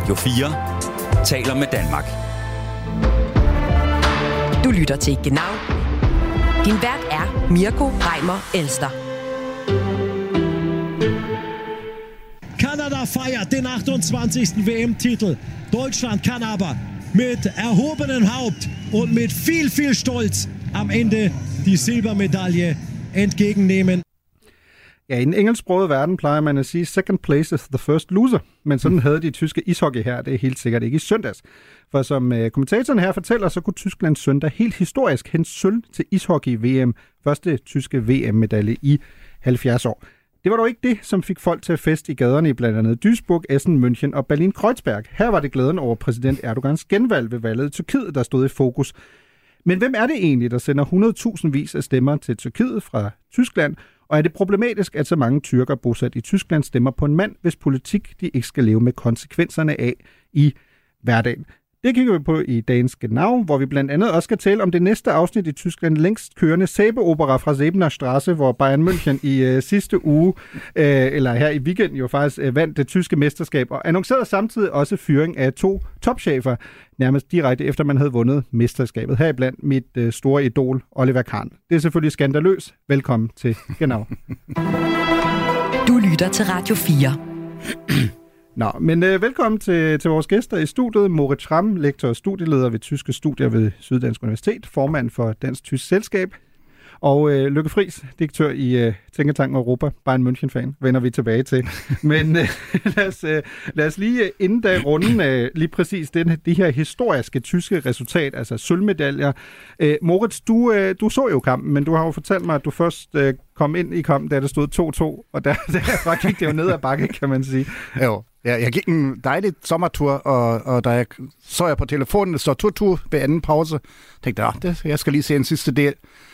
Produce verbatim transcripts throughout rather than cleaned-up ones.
Radio fire taler med Danmark. Du lytter til Genau. Din vært er Mirko Reimer Elster. Kanada feiert den achtundzwanzigsten W M-Titel. Deutschland kann aber mit erhobenen Haupt und mit viel, viel Stolz am Ende die Silbermedaille entgegennehmen. Ja, i den engelsksprogede verden plejer man at sige, second place is the first loser. Men sådan havde de tyske ishockey her, det er helt sikkert ikke i søndags. For som uh, kommentatoren her fortæller, så kunne Tyskland søndag helt historisk hente sølv til ishockey-V M. Første tyske V M-medalje i halvfjerds år. Det var dog ikke det, som fik folk til at feste i gaderne i blandt andet Duisburg, Essen, München og Berlin-Kreuzberg. Her var det glæden over præsident Erdogans genvalg ved valget i Tyrkiet, der stod i fokus. Men hvem er det egentlig, der sender hundredtusindvis af stemmer til Tyrkiet fra Tyskland? Og er det problematisk, at så mange tyrker bosat i Tyskland stemmer på en mand, hvis politik de ikke skal leve med konsekvenserne af i hverdagen? Det kigger vi på i dagens Genau, hvor vi blandt andet også skal tale om det næste afsnit i Tyskland, længst kørende sæbeopera fra Säbener Straße, hvor Bayern München i øh, sidste uge, øh, eller her i weekenden jo faktisk øh, vandt det tyske mesterskab, og annoncerede samtidig også fyring af to topchefer, nærmest direkte efter man havde vundet mesterskabet. Heriblandt mit øh, store idol, Oliver Kahn. Det er selvfølgelig skandaløst. Velkommen til Genau. Du lytter til Radio fire. Nå, men øh, velkommen til, til vores gæster i studiet. Moritz Schramm, lektor og studieleder ved tyske studier ved Syddansk Universitet, formand for Dansk Tysk Selskab, og øh, Lykke Friis, direktør i øh, Tænketanken Europa, Bayern München-fan, vender vi tilbage til. Men øh, lad, os, øh, lad os lige inden da runde øh, lige præcis den, de her historiske tyske resultat, altså sølvmedaljer. Øh, Moritz, du, øh, du så jo kampen, men du har jo fortalt mig, at du først øh, kom ind i kampen, da der stod to to, og der, derfra gik det jo ned ad bakke, kan man sige. Jo. Ja, jeg gik en dejlig sommertur, og, og da jeg så jeg på telefonen, det står to-to ved anden pause, tænkte jeg, det, jeg skal lige se en sidste del.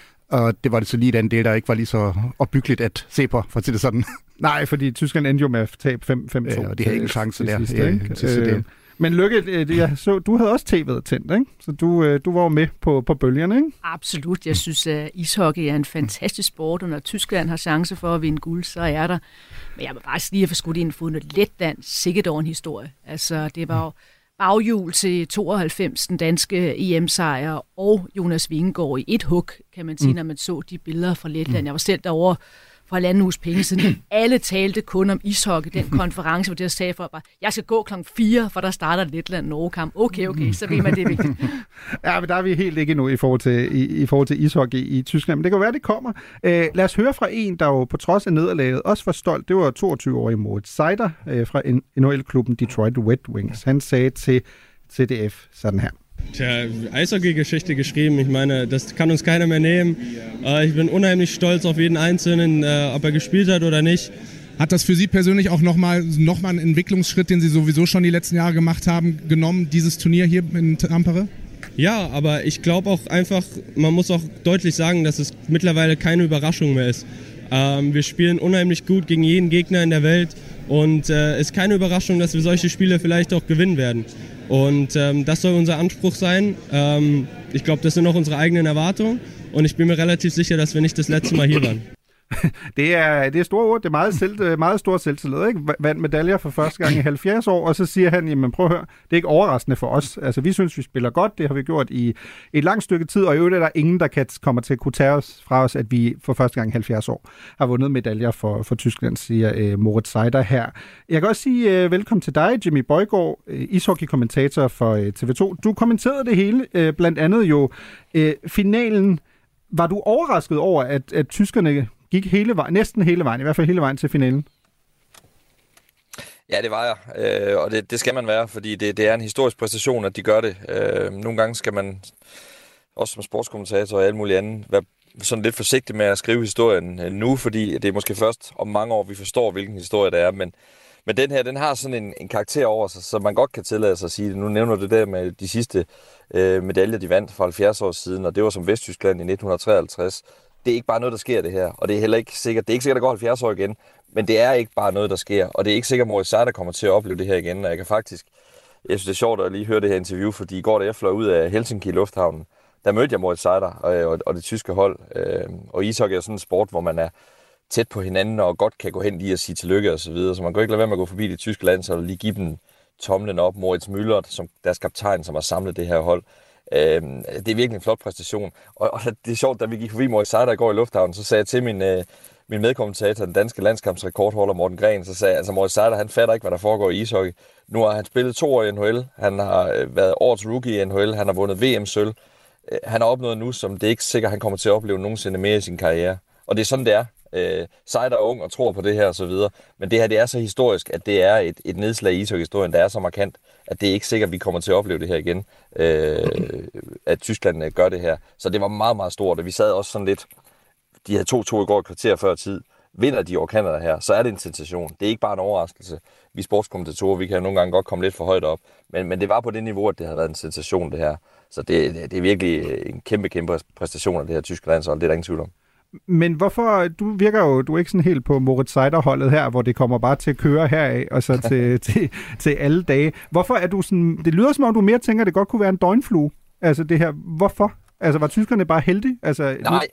Og det var det så lige den del, der ikke var lige så opbyggeligt at se på, for at sige det sådan. Nej, fordi Tyskland endte jo med at tabe fem to. Ja, og det har ingen chance der. Sidste, ja, sidste del. Men Lykke, jeg så, du havde også tv'et tændt, ikke? Så du, du var jo med på, på bølgerne, ikke? Absolut. Jeg synes, at ishockey er en fantastisk sport, og når Tyskland har chance for at vinde guld, så er der. Men jeg vil bare lige have skudt ind fået noget Letland, sikkert over en historie. Altså, det var jo baghjul til tooghalvfems, den danske E M-sejr, og Jonas Vingegaard i et hug, kan man sige, mm. når man så de billeder fra Letland. Jeg var selv derovre for halvanden uges penge siden. Alle talte kun om ishockey, den konference, hvor det jeg sagde for, at jeg skal gå klokken fire, for der starter Letland-Norge-kamp. Okay, okay, så ved man, det er vigtigt. Ja, men der er vi helt ikke endnu i forhold til, i, i forhold til ishockey i Tyskland, men det kan være, det kommer. Øh, lad os høre fra en, der jo på trods af nederlaget også var stolt. Det var toogtyve-årige Moritz Seider øh, fra N H L-klubben Detroit Red Wings. Han sagde til C D F sådan her. Tja, Eishockey-Geschichte geschrieben. Ich meine, das kann uns keiner mehr nehmen. Uh, ich bin unheimlich stolz auf jeden Einzelnen, uh, ob er gespielt hat oder nicht. Hat das für Sie persönlich auch nochmal noch mal einen Entwicklungsschritt, den Sie sowieso schon die letzten Jahre gemacht haben, genommen, dieses Turnier hier in Tampere? Ja, aber ich glaube auch einfach, man muss auch deutlich sagen, dass es mittlerweile keine Überraschung mehr ist. Ähm, wir spielen unheimlich gut gegen jeden Gegner in der Welt und es äh, ist keine Überraschung, dass wir solche Spiele vielleicht auch gewinnen werden. Und ähm, das soll unser Anspruch sein. Ähm, ich glaube, das sind auch unsere eigenen Erwartungen und ich bin mir relativ sicher, dass wir nicht das letzte Mal hier waren. Det er, det er store ord, det er meget, selv, meget stor selvtillid, ikke? Vandt medaljer for første gang i halvfjerds år, og så siger han, jamen prøv at høre, det er ikke overraskende for os. Altså vi synes, vi spiller godt, det har vi gjort i et langt stykke tid, og i øvrigt er der ingen, der kan, kommer til at kunne tage os fra os, at vi for første gang i halvfjerds år har vundet medaljer for, for Tyskland, siger øh, Moritz Seider her. Jeg kan også sige øh, velkommen til dig, Jimmy Bøjgaard, øh, ishockey-kommentator for øh, T V to. Du kommenterede det hele, øh, blandt andet jo øh, finalen. Var du overrasket over, at, at tyskerne gik hele vejen, næsten hele vejen, i hvert fald hele vejen til finalen? Ja, det var jeg, øh, og det, det skal man være, fordi det, det er en historisk præstation, at de gør det. Øh, nogle gange skal man, også som sportskommentator og alt muligt andet, være sådan lidt forsigtig med at skrive historien nu, fordi det er måske først om mange år, vi forstår, hvilken historie det er, men, men den her, den har sådan en, en karakter over sig, så man godt kan tillade sig at sige det. Nu nævner du det der med de sidste øh, medaljer, de vandt for halvfjerds år siden, og det var som Vesttyskland i nitten treoghalvtreds. Det er ikke bare noget, der sker det her, og det er heller ikke sikkert, det er ikke sikkert, at der går halvfjerds år igen, men det er ikke bare noget, der sker, og det er ikke sikkert, at Moritz Seider kommer til at opleve det her igen, og jeg kan faktisk, jeg synes det er sjovt at lige høre det her interview, fordi i går, da jeg fløj ud af Helsinki Lufthavnen, der mødte jeg Moritz Seider og, og, og det tyske hold, og ishockey er sådan en sport, hvor man er tæt på hinanden og godt kan gå hen lige og sige tillykke og så videre, så man kan ikke lade være med at gå forbi det tyske land, så lige give dem tomlen op. Moritz Müller, som deres kaptajn, som har samlet det her hold. Øh, det er virkelig en flot præstation. Og, og det er sjovt, da vi gik forbi Moritz Seider i går i lufthavnen, så sagde jeg til min, øh, min medkommentator, den danske landskampsrekordholder Morten Gren, så sagde jeg, altså Moritz Seider, han fatter ikke, hvad der foregår i ishockey. Nu har han spillet to år i N H L, han har været årets rookie i N H L, han har vundet V M-sølv. Han har opnået nu, som det er ikke sikkert, han kommer til at opleve nogensinde mere i sin karriere. Og det er sådan, det er. Øh, Seider er ung og tror på det her og så videre. Men det her, det er så historisk, at det er et, et nedslag i ishockey-historien, der er så markant, at det er ikke sikkert, at vi kommer til at opleve det her igen, øh, at Tyskland gør det her. Så det var meget, meget stort, og vi sad også sådan lidt, de havde to to i går et kvarter før tid. Vinder de over Canada her, så er det en sensation. Det er ikke bare en overraskelse. Vi sportskommentatorer, vi kan jo nogle gange godt komme lidt for højt op, men, men det var på det niveau, at det havde været en sensation, det her. Så det, det er virkelig en kæmpe, kæmpe præstation af det her tyske landshold, det er der ingen tvivl om. Men hvorfor, du virker jo, du er ikke sådan helt på Moritz Seider-holdet her, hvor det kommer bare til at køre heraf, og så til, til, til alle dage. Hvorfor er du sådan, det lyder som om, du mere tænker, at det godt kunne være en døgnflue, altså det her, hvorfor? Altså var tyskerne bare heldige? Altså, Nej,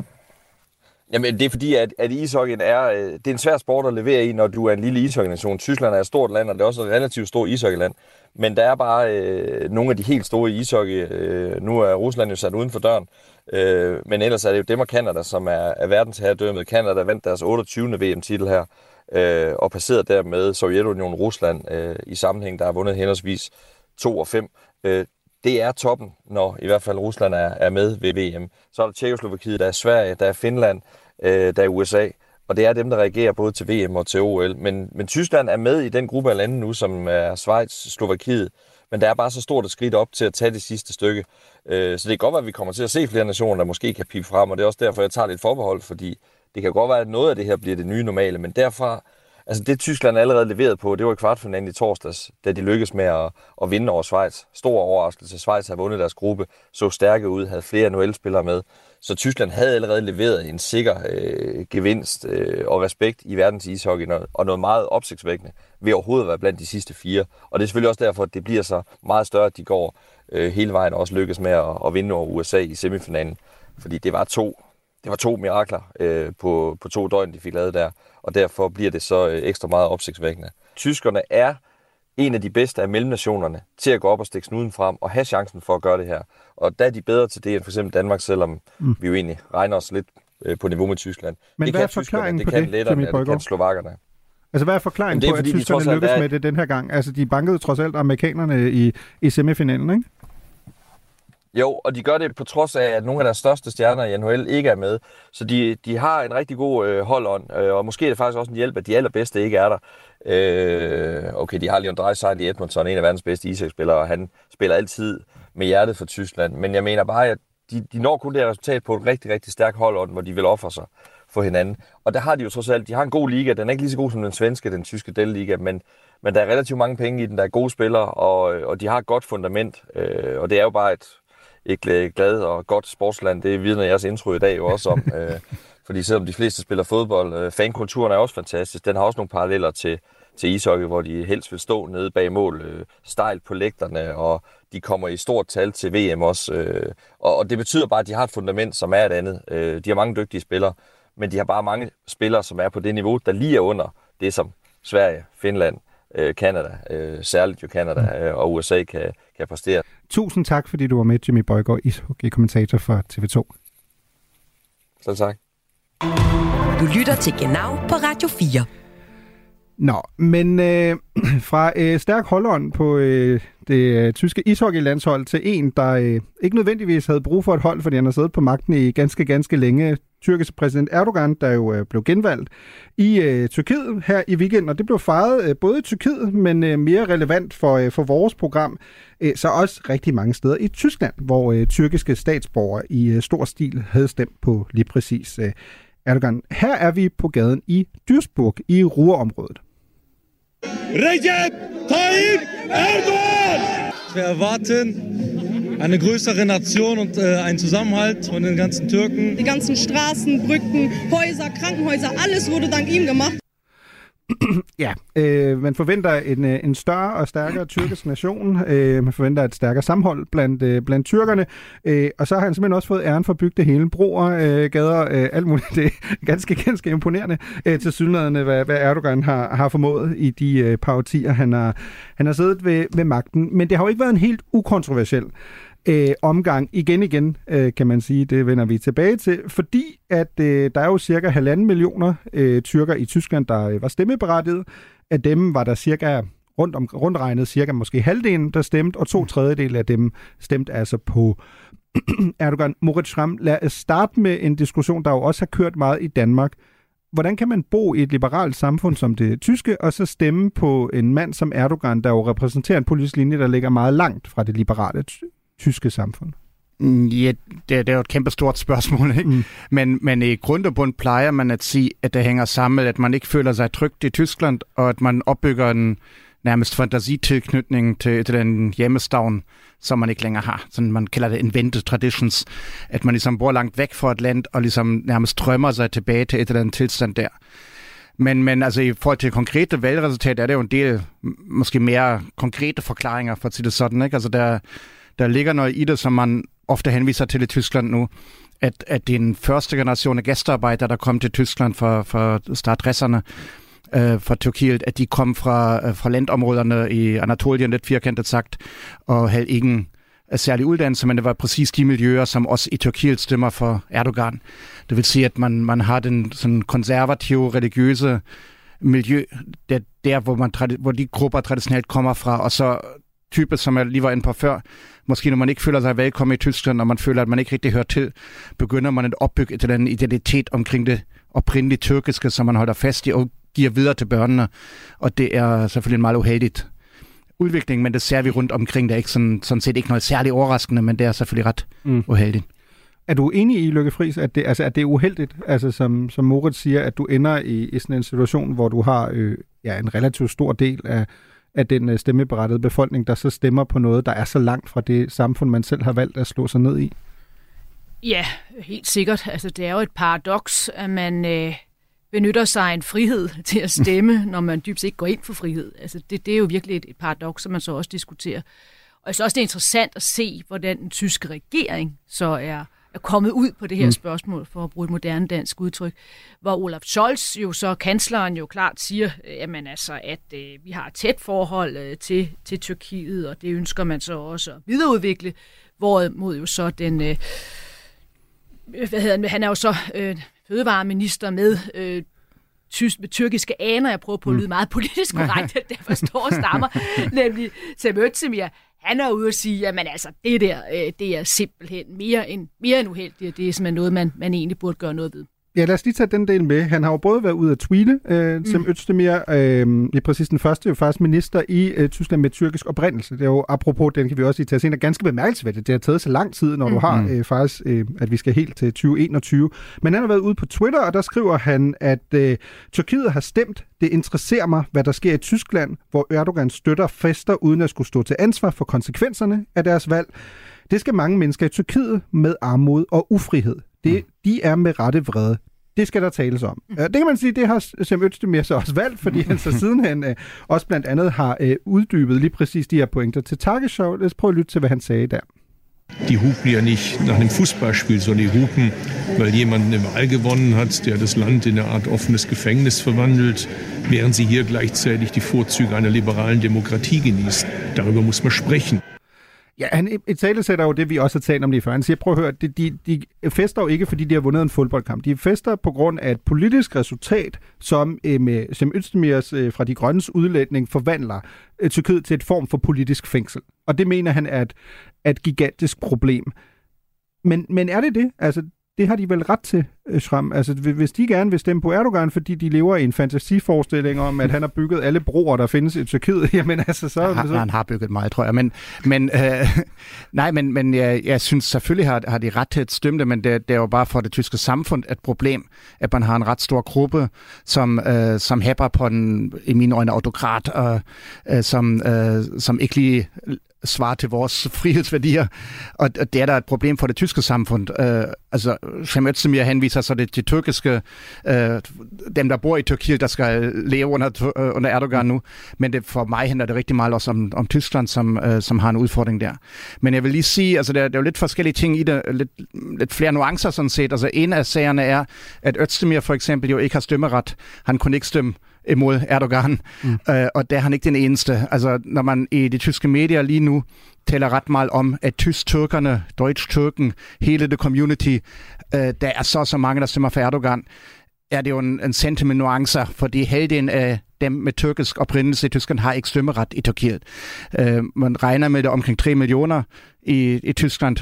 jamen det er fordi, at, at ishockeyen er, det er en svær sport at levere i, når du er en lille ishockeynation. Tyskland er et stort land, og det er også et relativt stort ishockeyland. Men der er bare øh, nogle af de helt store i ishockey. Øh, nu er Rusland jo sat uden for døren. Øh, men ellers er det jo dem og Canada, som er, er verdensherredømmet. Canada vandt deres otteogtyvende V M-titel her, øh, og passerede dermed Sovjetunionen og Rusland øh, i sammenhæng, der har vundet henholdsvis to og fem. Øh, det er toppen, når i hvert fald Rusland er, er med ved V M. Så er der Tjekkoslovakiet, der er Sverige, der er Finland, øh, der er U S A. Og det er dem, der reagerer både til V M og til O L. Men, men Tyskland er med i den gruppe af lande nu, som er Schweiz, Slovakiet. Men der er bare så stort et skridt op til at tage det sidste stykke. Så det kan godt være, at vi kommer til at se flere nationer, der måske kan pipe frem. Og det er også derfor, jeg tager lidt forbehold, fordi det kan godt være, at noget af det her bliver det nye normale. Men derfra, altså det Tyskland allerede leveret på, det var i kvartfinalen i torsdags, da de lykkedes med at, at vinde over Schweiz. Stor overraskelse. Schweiz havde vundet deres gruppe, så stærke ud, havde flere N H L-spillere med. Så Tyskland havde allerede leveret en sikker øh, gevinst øh, og respekt i verdens ishockey, og noget meget opsigtsvækkende ved overhovedet at være blandt de sidste fire. Og det er selvfølgelig også derfor, at det bliver så meget større, at de går øh, hele vejen og også lykkes med at, at vinde over U S A i semifinalen. Fordi det var to, det var to mirakler øh, på, på to døgn, de fik lavet der, og derfor bliver det så øh, ekstra meget opsigtsvækkende. Tyskerne er en af de bedste af mellemnationerne til at gå op og stikke snuden frem og have chancen for at gøre det her. Og der er de bedre til det end for eksempel Danmark, selvom mm. vi jo egentlig regner os lidt øh, på niveau med Tyskland. Men det hvad kan er forklaringen det på kan det, letterne, det kan slovakkerne. Altså hvad er forklaringen er, på, at fordi, tyskerne de lykkedes er... med det den her gang? Altså de bankede trods alt amerikanerne i, i semifinalen, ikke? Jo, og de gør det på trods af, at nogle af deres største stjerner i N H L ikke er med. Så de, de har en rigtig god øh, holdånd, øh, og måske er det faktisk også en hjælp, at de allerbedste ikke er der. Øh, okay, de har Leon Draisaitl i Edmonton, en af verdens bedste ishockeyspillere, og han spiller altid med hjertet for Tyskland. Men jeg mener bare, at de, de når kun det her resultat på et rigtig, rigtig stærkt holdånd, hvor de vil ofre sig for hinanden. Og der har de jo trods alt, de har en god liga, den er ikke lige så god som den svenske, den tyske Dell-liga, men, men der er relativt mange penge i den, der er gode spillere, og, og de har et godt fundament, øh, og det er jo bare et et glad og godt sportsland, det vidner jeres intro i dag jo også om, øh, fordi selvom de fleste spiller fodbold, øh, fankulturen er også fantastisk, den har også nogle paralleller til, til ishockey, hvor de helst vil stå nede bag mål, øh, stejlt på lægterne, og de kommer i stort tal til V M også, øh, og, og det betyder bare, at de har et fundament, som er et andet. Øh, de har mange dygtige spillere, men de har bare mange spillere, som er på det niveau, der lige er under det, som Sverige, Finland, Canada, øh, særligt jo Canada øh, og U S A kan, kan præstere. Tusind tak, fordi du var med, Jimmy Bøjgaard, ishockey-kommentator for T V to. Selv tak. Du lytter til Genau på Radio fire. Nå, men øh, fra øh, stærk holdånd på øh, det øh, tyske ishockeylandshold til en, der øh, ikke nødvendigvis havde brug for et hold, fordi han har siddet på magten i ganske, ganske længe. Tyrkisk præsident Erdogan, der jo øh, blev genvalgt i øh, Tyrkiet her i weekenden, og det blev fejret øh, både i Tyrkiet, men øh, mere relevant for, øh, for vores program, øh, så også rigtig mange steder i Tyskland, hvor øh, tyrkiske statsborgere i øh, stor stil havde stemt på lige præcis øh, Erdogan. Her er vi på gaden i Duisburg i Ruhrområdet. Recep Tayyip Erdogan! Wir erwarten eine größere Nation und äh, einen Zusammenhalt von den ganzen Türken. Die ganzen Straßen, Brücken, Häuser, Krankenhäuser, alles wurde dank ihm gemacht. ja, øh, man forventer en, en større og stærkere tyrkisk nation. Øh, man forventer et stærkere sammenhold blandt, øh, blandt tyrkerne. Øh, og så har han simpelthen også fået æren for at bygge det hele. Broer, øh, gader, øh, alt muligt. Det er ganske, ganske imponerende øh, til synligheden, hvad, hvad Erdogan har, har formået i de øh, par årtier, han har, han har siddet ved, ved magten. Men det har jo ikke været en helt ukontroversiel Øh, omgang igen igen, øh, kan man sige, det vender vi tilbage til, fordi at øh, der er jo cirka halvanden millioner øh, tyrker i Tyskland, der øh, var stemmeberettiget. Af dem var der cirka, rundt om, rundt regnet cirka måske halvdelen, der stemte, og to tredjedel af dem stemte altså på Erdogan. Moritz Schramm, lad os starte med en diskussion, der jo også har kørt meget i Danmark. Hvordan kan man bo i et liberalt samfund som det tyske, og så stemme på en mand som Erdogan, der jo repræsenterer en politisk linje, der ligger meget langt fra det liberale tyske samfund? Ja, det, det er jo et kæmpe stort spørgsmål, ikke? Mm. Men, men i grund og bund plejer man at sige, at det hænger sammen, at man ikke føler sig trygt i Tyskland, og at man opbygger en nærmest fantasitilknytning til, til den hjemmestavn, som man ikke længere har. Sådan, man kalder det invented traditions, at man ligesom bor langt væk fra et land, og ligesom nærmest drømmer sig tilbage til et eller andet tilstand der. Men, men altså i forhold til konkrete valgresultat, er det jo en del måske mere konkrete forklaringer, for at sige det sådan, ikke? Altså der Der ligger noget i det, som man ofte henviser til i Tyskland nu, at, at det er en første generation af gæstearbejdere, der kom til Tyskland for, for startdresserne øh, fra Tyrkiet, at de kom fra, øh, fra landområderne i Anatolien, lidt firkantet sagt, og havde ingen særlig uddannelse, men det var præcis de miljøer, som også i Tyrkiet stemmer for Erdogan. Det vil sige, at man, man har den sådan konservative, religiøse miljø, der, der hvor, man, hvor de grupper traditionelt kommer fra, og så type, som jeg lige var inde på før, måske når man ikke føler sig velkommen i Tyskland, og man føler, at man ikke rigtig hører til, begynder man at opbygge et eller andet identitet omkring det oprindelige tyrkiske, som man holder fast i og giver videre til børnene. Og det er selvfølgelig en meget uheldigt udvikling, men det ser vi rundt omkring. Det er ikke sådan, sådan set ikke noget særligt overraskende, men det er selvfølgelig ret mm. uheldigt. Er du enig i, Lykke Friis, at det, altså, at det er uheldigt, altså, som, som Moritz siger, at du ender i, i sådan en situation, hvor du har øh, ja, en relativt stor del af af den stemmeberettede befolkning, der så stemmer på noget, der er så langt fra det samfund, man selv har valgt at slå sig ned i? Ja, helt sikkert. Altså, det er jo et paradoks, at man øh, benytter sig af en frihed til at stemme, når man dybest ikke går ind for frihed. Altså, det, det er jo virkelig et, et paradoks, som man så også diskuterer. Og jeg synes også, det er interessant at se, hvordan den tyske regering så er er kommet ud på det her mm. spørgsmål, for at bruge et moderne dansk udtryk, hvor Olaf Scholz, jo så kansleren, jo klart siger, jamen altså, at øh, vi har et tæt forhold øh, til, til Tyrkiet, og det ønsker man så også at videreudvikle, hvorimod jo så den, øh, hvad hedder han, han er jo så øh, fødevareminister med øh, Tysk, med tyrkiske aner, jeg prøver på at lyde meget politisk korrekt, at derfor står og stammer, nemlig Cem Özdemir. Han er ude og sige, at altså, det der, det er simpelthen mere end, mere end uheldigt, det er simpelthen noget, man, man egentlig burde gøre noget ved. Ja, lad os lige tage den del med. Han har jo både været ude at tweete, øh, Cem Özdemir, øh, det er præcis den første, jo faktisk minister i øh, Tyskland med tyrkisk oprindelse. Det er jo, apropos, den kan vi også lige tage senere, ganske bemærkelsesværdigt. Det har taget så lang tid, når mm-hmm. du har øh, faktisk, øh, at vi skal helt til tyve enogtyve. Men han har været ude på Twitter, og der skriver han, at øh, Tyrkiet har stemt. Det interesserer mig, hvad der sker i Tyskland, hvor Erdogan støtter fester, uden at skulle stå til ansvar for konsekvenserne af deres valg. Det skal mange mennesker i Tyrkiet med armod og ufrihed. Det, de er med rette vrede. Det skal der tales om. Det kan man sige, det har Cem Özdemir så også valgt, fordi han så sidenhen øh, også blandt andet har øh, uddybet lige præcis de her pointer til Tagesschau. Lad os prøve at lytte til, hvad han sagde der. Die hupen ja nicht nach einem Fußballspiel, sondern die hupen, weil jemand eine Wahl gewonnen hat, der das Land in eine Art offenes Gefängnis verwandelt, während sie hier gleichzeitig die Vorzüge einer liberalen Demokratie genießen. Darüber muss man sprechen. Ja, han i tale sætter jo det, vi også har talt om lige før. Han siger, prøv at høre, de, de, de fester jo ikke, fordi de har vundet en fodboldkamp. De fester på grund af et politisk resultat, som øh, med Cem Özdemirs øh, fra De Grønnes udlægning forvandler øh, Tyrkiet til et form for politisk fængsel. Og det mener han er et, er et gigantisk problem. Men, men er det det? Altså, det har de vel ret til, Schramm. Altså, hvis de gerne vil stemme på Erdogan, fordi de lever i en fantasiforestilling om, at han har bygget alle broer, der findes i Tyrkiet, jamen altså så... Han, så... han har bygget meget, tror jeg. Men, men, øh, nej, men, men jeg, jeg synes selvfølgelig har, har de ret til at stemme det, men det, det er jo bare for det tyske samfund et problem, at man har en ret stor gruppe, som, øh, som hæpper på den, i mine øjne, autokrat, og øh, som, øh, som ikke lige svarer til vores frihedsværdier, og, og det er der et problem for det tyske samfund. Øh, altså, Cem Özdemir henviser så det til tyrkiske, øh, dem der bor i Tyrkiet, der skal leve under, øh, under Erdogan nu, men det, for mig handler det rigtig meget også om, om Tyskland, som, øh, som har en udfordring der. Men jeg vil lige sige, altså der, der er jo lidt forskellige ting i det, lidt, lidt flere nuancer sådan set. Altså en af sagerne er, at Özdemir for eksempel jo ikke har stemmeret. Han kunne ikke stemme imod Erdogan, mm. øh, og der er han ikke den eneste. Altså, når man i de tyske medier lige nu taler ret meget om, at tysk-tyrkerne, deutsch-tyrken, hele det community, øh, der er så så mange, der stemmer for Erdogan, er det jo en, en sentiment nuancer, fordi halvdelen af dem med tyrkisk oprindelse i Tyskland har ikke stemmeret i Tyrkiet. Øh, man regner med det omkring tre millioner i, i Tyskland,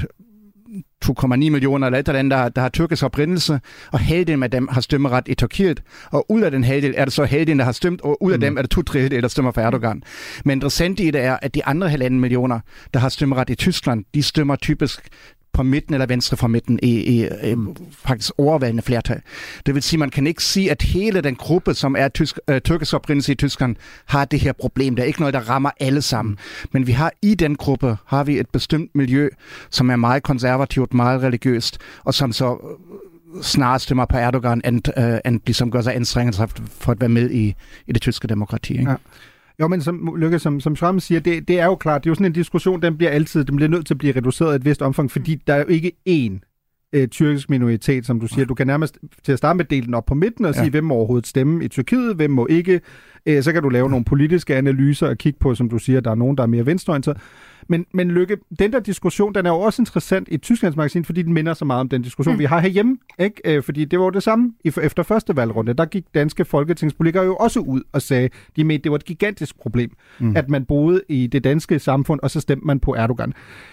to komma ni millioner eller et eller andet, der, der har tyrkisk oprindelse, og halvdelen af dem har stemmeret i Tyrkiet. Og ud af den halvdel er det så halvdelen, der har stemt, og ud af mm. dem er det to tredjedele, der stemmer for Erdogan. Men interessant i det er, at de andre halvanden millioner, der har stemmeret i Tyskland, de stemmer typisk på midten eller venstre for midten i, i, i mm. faktisk overvældende flertal. Det vil sige, man kan ikke sige, at hele den gruppe, som er tysk, øh, tyrkisk oprindelse i Tyskland, har det her problem. Der er ikke noget, der rammer alle sammen. Mm. Men vi har i den gruppe, har vi et bestemt miljø, som er meget konservativt, meget religiøst, og som så snarere stemmer på Erdogan, end, øh, end ligesom gør sig anstrengelser for at være med i, i det tyske demokrati. Ikke? Ja. Jo, men som Lykke, som, som Schramm siger, det, det er jo klart, det er jo sådan en diskussion, den bliver altid, den bliver nødt til at blive reduceret i et vist omfang, fordi der er jo ikke én øh, tyrkisk minoritet, som du siger. Du kan nærmest til at starte med dele den op på midten og sige, ja. hvem må overhovedet stemme i Tyrkiet, hvem må ikke. Øh, så kan du lave nogle politiske analyser og kigge på, som du siger, der er nogen, der er mere venstreorienteret. Men, men Lykke, den der diskussion, den er jo også interessant i Tysklands Magasin, fordi den minder så meget om den diskussion, mm. vi har herhjemme. Ikke? Øh, fordi det var jo det samme efter første valgrunde. Der gik danske folketingspolitikere jo også ud og sagde, de mente, det var et gigantisk problem, mm. at man boede i det danske samfund, og så stemte man på Erdogan.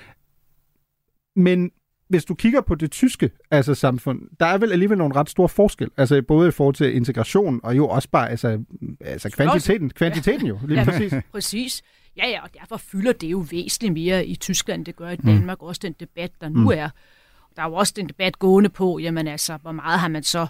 Men hvis du kigger på det tyske altså, samfund, der er vel alligevel nogle ret store forskel. Altså både i forhold til integration, og jo også bare altså, altså kvantiteten. Kvantiteten jo, lige ja, præcis. Præcis. Ja, ja, og derfor fylder det jo væsentligt mere i Tyskland, det gør i Danmark, mm. også den debat, der nu mm. er. Der er jo også den debat gående på, jamen altså, hvor meget har man så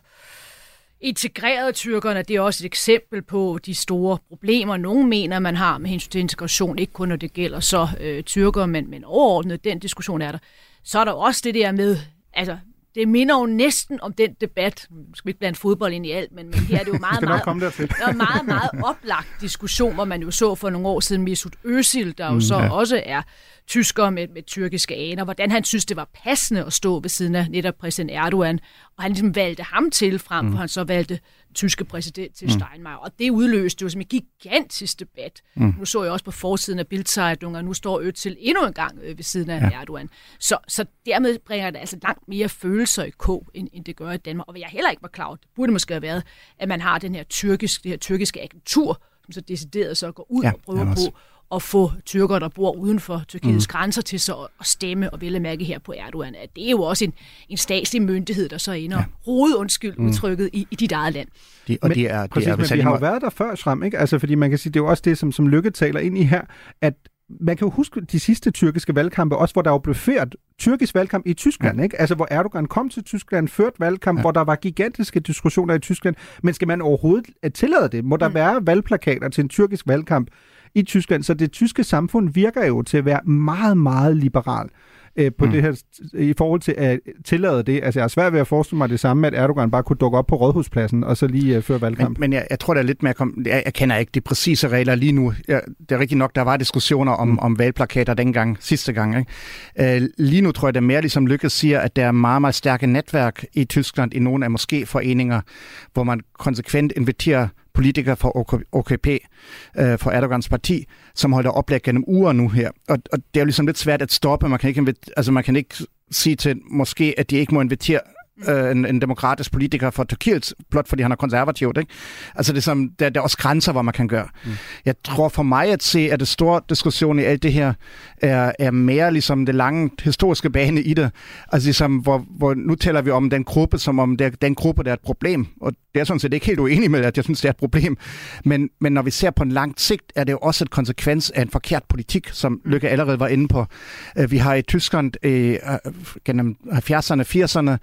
integreret tyrkerne? Det er også et eksempel på de store problemer, nogen mener, man har med hensyn til integration, ikke kun når det gælder så øh, tyrker, men, men overordnet, den diskussion er der. Så er der også det der med, altså, det minder jo næsten om den debat, nu skal vi ikke blande fodbold ind i alt, men, men her er det jo meget, meget, meget, meget, meget oplagt diskussion, hvor man jo så for nogle år siden Mesut Özil, der jo mm, så ja. også er tysker med, med tyrkiske aner, hvordan han synes, det var passende at stå ved siden af netop præsident Erdogan, og han ligesom valgte ham til, frem for mm. han så valgte tyske præsident til Steinmeier. Og det udløste jo som en gigantisk debat. Mm. Nu så jeg også på forsiden af Bild-Zeitung, og nu står Özil endnu en gang ved siden af ja. Erdogan. Så, så dermed bringer det altså langt mere følelser i kog, end, end det gør i Danmark. Og hvad jeg heller ikke var klar over, det burde måske have været, at man har den her tyrkisk, det her tyrkiske agentur, som så decideret så går ud ja, og prøver på at få tyrkere, der bor uden for Tyrkiets mm. grænser, til så at stemme og vælge mærke her på Erdogan. At det er jo også en, en statslig myndighed, der så ender ja. rode, undskyld, mm. udtrykket i, i dit eget land. De, og men, det er, det præcis, er, men vi har jo været der før, Schramm, ikke? Altså, fordi man kan sige, det er jo også det, som, som Lykke taler ind i her, at man kan jo huske de sidste tyrkiske valgkampe, også hvor der jo blev ført tyrkisk valgkamp i Tyskland, ja. ikke? Altså, hvor Erdogan kom til Tyskland, ført valgkamp, ja. hvor der var gigantiske diskussioner i Tyskland. Men skal man overhovedet tillade det? Må der mm. være valgplakater til en tyrkisk valgkamp i Tyskland? Så det tyske samfund virker jo til at være meget, meget liberal øh, på mm. det her, i forhold til at tillade det. Altså, jeg er svært ved at forestille mig det samme, at Erdogan bare kunne dukke op på Rådhuspladsen og så lige øh, føre valgkamp. Men, men jeg, jeg tror, der er lidt mere kom... jeg, jeg kender ikke de præcise regler lige nu. Jeg, det er rigtigt nok, der var diskussioner om, mm. om valgplakater dengang, sidste gang. Ikke? Øh, lige nu tror jeg, det er mere ligesom Lykke siger, at der er meget, meget stærke netværk i Tyskland i nogle af måske foreninger, hvor man konsekvent inviterer politikere fra O K P, øh, fra Erdogans parti, som holder oplæg gennem uger nu her. Og, og det er jo ligesom lidt svært at stoppe. Man kan ikke, altså man kan ikke sige til måske, at de ikke må invitere øh, en, en demokratisk politiker fra Tyrkiet, blot fordi han er konservativt. Ikke? Altså det er, som, der, der er også grænser, hvor man kan gøre. Mm. Jeg tror for mig at se, at det store diskussion i alt det her er, er mere ligesom det lange historiske bane i det. Altså ligesom, hvor, hvor nu taler vi om den gruppe, som om det er, den gruppe, der er et problem. Og det er sådan set ikke helt uenig med, at jeg synes, det er et problem. Men, men når vi ser på en lang sigt, er det jo også et konsekvens af en forkert politik, som Lykke allerede var inde på. Vi har i Tyskland øh, gennem halvfjerdserne, firserne haft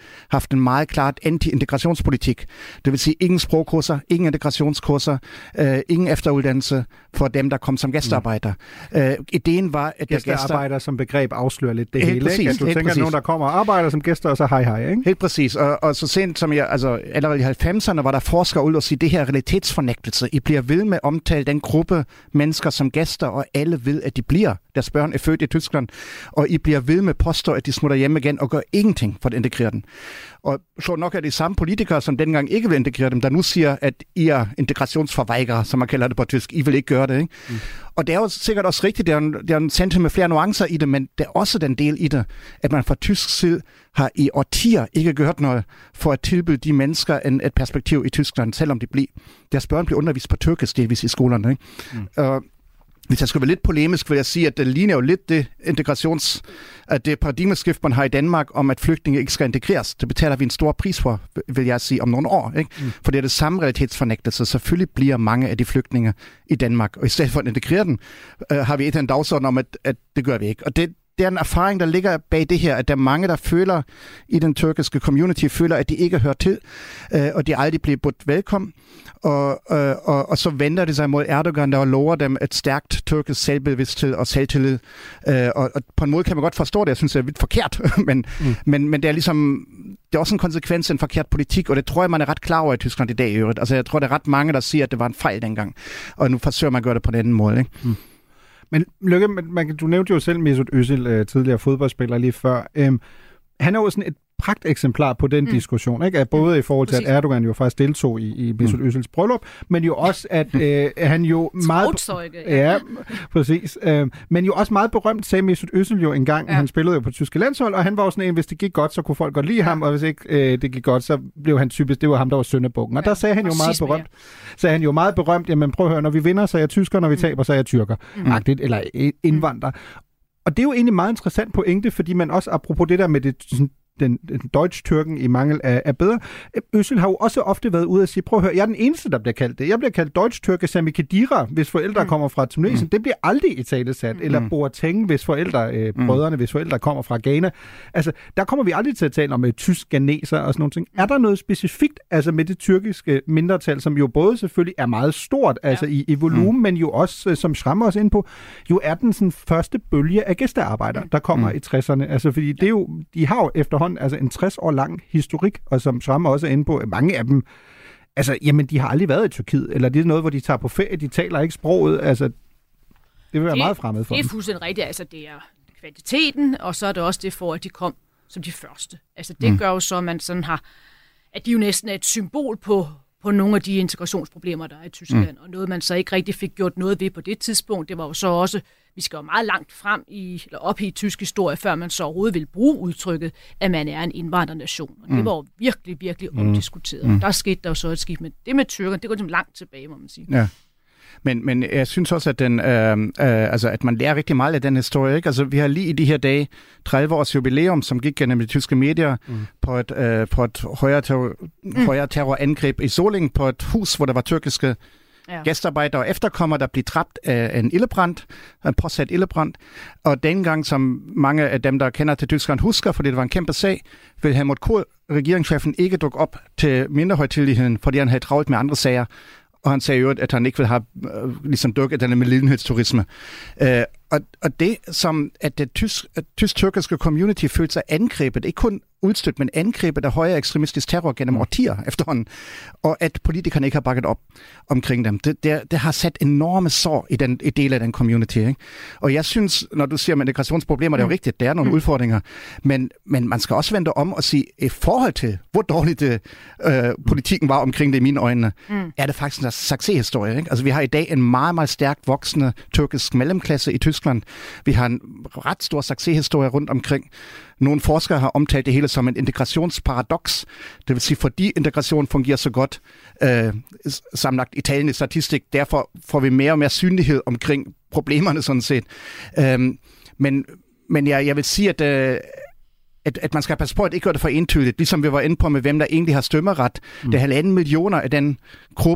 haft en meget klart anti-integrationspolitik. Det vil sige ingen sprogkurser, ingen integrationskurser, øh, ingen efteruddannelse for dem, der kom som gæstearbejder. Mm. Øh, ideen var, at gæstearbejder gæster... som begreb afslører lidt det helt hele. Præcis, ikke? At du tænker, at nogen, der kommer og arbejder som gæster, og så hej hej. Ikke? Helt præcis. Og, og så sent som jeg, altså allerede i halvfemserne, var der forskere ud og sige, det her realitetsfornægtelse. I bliver ved med at omtale den gruppe mennesker som gæster, og alle ved, at de bliver. Deres børn er født i Tyskland, og I bliver ved med at påstå, at de smutter hjem igen og gør ingenting for at integrere dem. Og så nok er det samme politikere, som dengang ikke vil integrere dem, der nu siger, at I er integrationsforweigere, som man kalder det på tysk. I vil ikke gøre det, ikke? Mm. Og det er jo sikkert også rigtigt, det er en, det er en sandhed med flere nuancer i det, men det er også den del i det, at man fra tysk side har i årtier ikke gjort noget for at tilbyde de mennesker en, et perspektiv i Tyskland, selvom de bliver. Deres børn bliver undervist på tyrkisk delvis i skolerne, ikke? Mm. Uh, Hvis jeg skal være lidt polemisk, vil jeg sige, at det ligner jo lidt det integrations, at det paradigmeskift, man har i Danmark, om at flygtninge ikke skal integreres. Det betaler vi en stor pris for, vil jeg sige, om nogle år. Ikke? Mm. For det er det samme realitetsfornægtelse. Selvfølgelig bliver mange af de flygtninge i Danmark. Og i stedet for at integrere dem, øh, har vi et en dagsorden om, at, at det gør vi ikke. Og det, det er en erfaring, der ligger bag det her, at der er mange, der føler i den tyrkiske community, føler, at de ikke hører til, øh, og de aldrig bliver budt velkommen. Og, øh, og, og så vender det sig mod Erdogan, der lover dem et stærkt tyrkisk selvbevidsthed og selvtillid. Øh, og, og på en måde kan man godt forstå det. Jeg synes, det er lidt forkert, men, mm. men, men det er ligesom, det er også en konsekvens af en forkert politik, og det tror jeg, man er ret klar over i Tyskland i dag i øvrigt. Altså, jeg tror, der er ret mange, der siger, at det var en fejl dengang, og nu forsøger man at gøre det på den anden måde, ikke? Mm. Men Lykke, man, du nævnte jo selv Mesut Özil, øh, tidligere fodboldspiller lige før. Øhm, han er jo sådan et pragteksemplar på den mm. diskussion, ikke? At både i forhold til, Præcis. at Erdogan jo faktisk deltog i, i Mesut mm. Özils bryllup, men jo også, at øh, han jo meget... Ja, præcis. Øh, men jo også meget berømt, sagde Mesut Özil jo engang, ja. Han spillede jo på tyske landshold, og han var jo sådan en, hvis det gik godt, så kunne folk godt lide ja. ham, og hvis ikke øh, det gik godt, så blev han typisk, det var ham, der var syndebukken. Og ja. der sagde han jo meget berømt, sagde han jo meget berømt, jamen prøv at høre, når vi vinder, så er jeg tysker, når vi taber, så er jeg tyrker. Mm. Agtigt, eller indvandrer. Og det er jo egentlig meget interessant pointe, fordi man også, apropos det der med det sådan, den, den deutsch-tyrken i mangel af, af bedre. Özil har jo også ofte været ude og sige, prøv at høre, jeg er den eneste, der bliver kaldt det. Jeg bliver kaldt deutsch-tyrke Sami Khedira, hvis forældre mm. kommer fra Tunesien. Mm. Det bliver aldrig italesat. Mm. Eller Boateng, hvis forældre, øh, mm. brødrene, hvis forældre kommer fra Ghana. Altså, der kommer vi aldrig til at tale om øh, tysk-ghaneser og sådan nogle ting. Er der noget specifikt altså med det tyrkiske mindretal, som jo både selvfølgelig er meget stort, ja. altså i, i volumen, mm. men jo også, øh, som Schrammer også ind på, jo er den sådan første bølge af gæstearbejdere, der kommer mm. i tresserne. Altså, fordi det er jo, de har jo efterhånden altså en tres år lang historik, og som Schrammer også er inde på, mange af dem, altså, jamen, de har aldrig været i Tyrkiet, eller det er noget, hvor de tager på ferie, de taler ikke sproget, altså, det vil være det, meget fremmed for dem. Det er fuldstændig rigtigt, altså, det er kvantiteten, og så er det også det for, at de kom som de første. Altså, det mm. gør jo så, at man sådan har, at de jo næsten er et symbol på, på nogle af de integrationsproblemer, der er i Tyskland, mm. og noget, man så ikke rigtig fik gjort noget ved på det tidspunkt, det var jo så også, vi skal jo meget langt frem i, eller op i tysk historie, før man så overhovedet vil bruge udtrykket, at man er en indvandrernation. Og det mm. var jo virkelig, virkelig mm. omdiskuteret. Mm. Der skete der jo så et skift, men det med tyrkerne, det går ligesom langt tilbage, må man sige. Ja. Men, men jeg synes også, at, den, øh, øh, altså, at man lærer rigtig meget af den historie. Ikke? Altså, vi har lige i de her dage tredive års jubilæum, som gik gennem de tyske medier, mm. på et, øh, på et højere, terror, mm. højere terrorangreb i Solingen, på et hus, hvor der var tyrkiske ja. gæstearbejdere og efterkommere, der blev dræbt af en ildebrand, en påsat ildebrand. Og dengang, som mange af dem, der kender til Tyskland, husker, fordi det var en kæmpe sag, ville Helmut Kohl, regeringschefen, ikke dukke op til mindrehøjtideligheden, fordi han havde travlt med andre sager. Og han sagde jo, at han ikke vil have øh, ligesom dukket den med lidenhedsturisme. Øh, og, og det, som at det tysk, tysk-tyrkiske community følte sig angrebet, ikke kun udstødt, men angrebet af højere ekstremistisk terror gennem årtier efterhånden, og at politikerne ikke har bakket op omkring dem. Det, det, det har sat enorme sår i den i del af den community. Ikke? Og jeg synes, når du siger med integrationsproblemer, det er jo rigtigt, der er nogle mm. udfordringer, men, men man skal også vente om og sige, i forhold til, hvor dårligt det, øh, politikken var omkring det i mine øjne, mm. er det faktisk en succeshistorie. Ikke? Altså, vi har i dag en meget, meget stærkt voksende tyrkisk mellemklasse i Tyskland. Vi har en ret stor succeshistorie rundt omkring. Nogle forskere har omtalt det hele som en integrationsparadoks. Det vil sige, fordi integration fungerer så godt, øh, sammenlagt i talende statistik, derfor får vi mere og mere synlighed omkring problemerne sådan set. Øh, men men jeg, jeg vil sige, at, øh, at, at man skal passe på, at ikke gøre det for entydigt. Ligesom vi var inde på med, hvem der egentlig har stemmeret. Mm. Det er halvanden millioner af den gruppe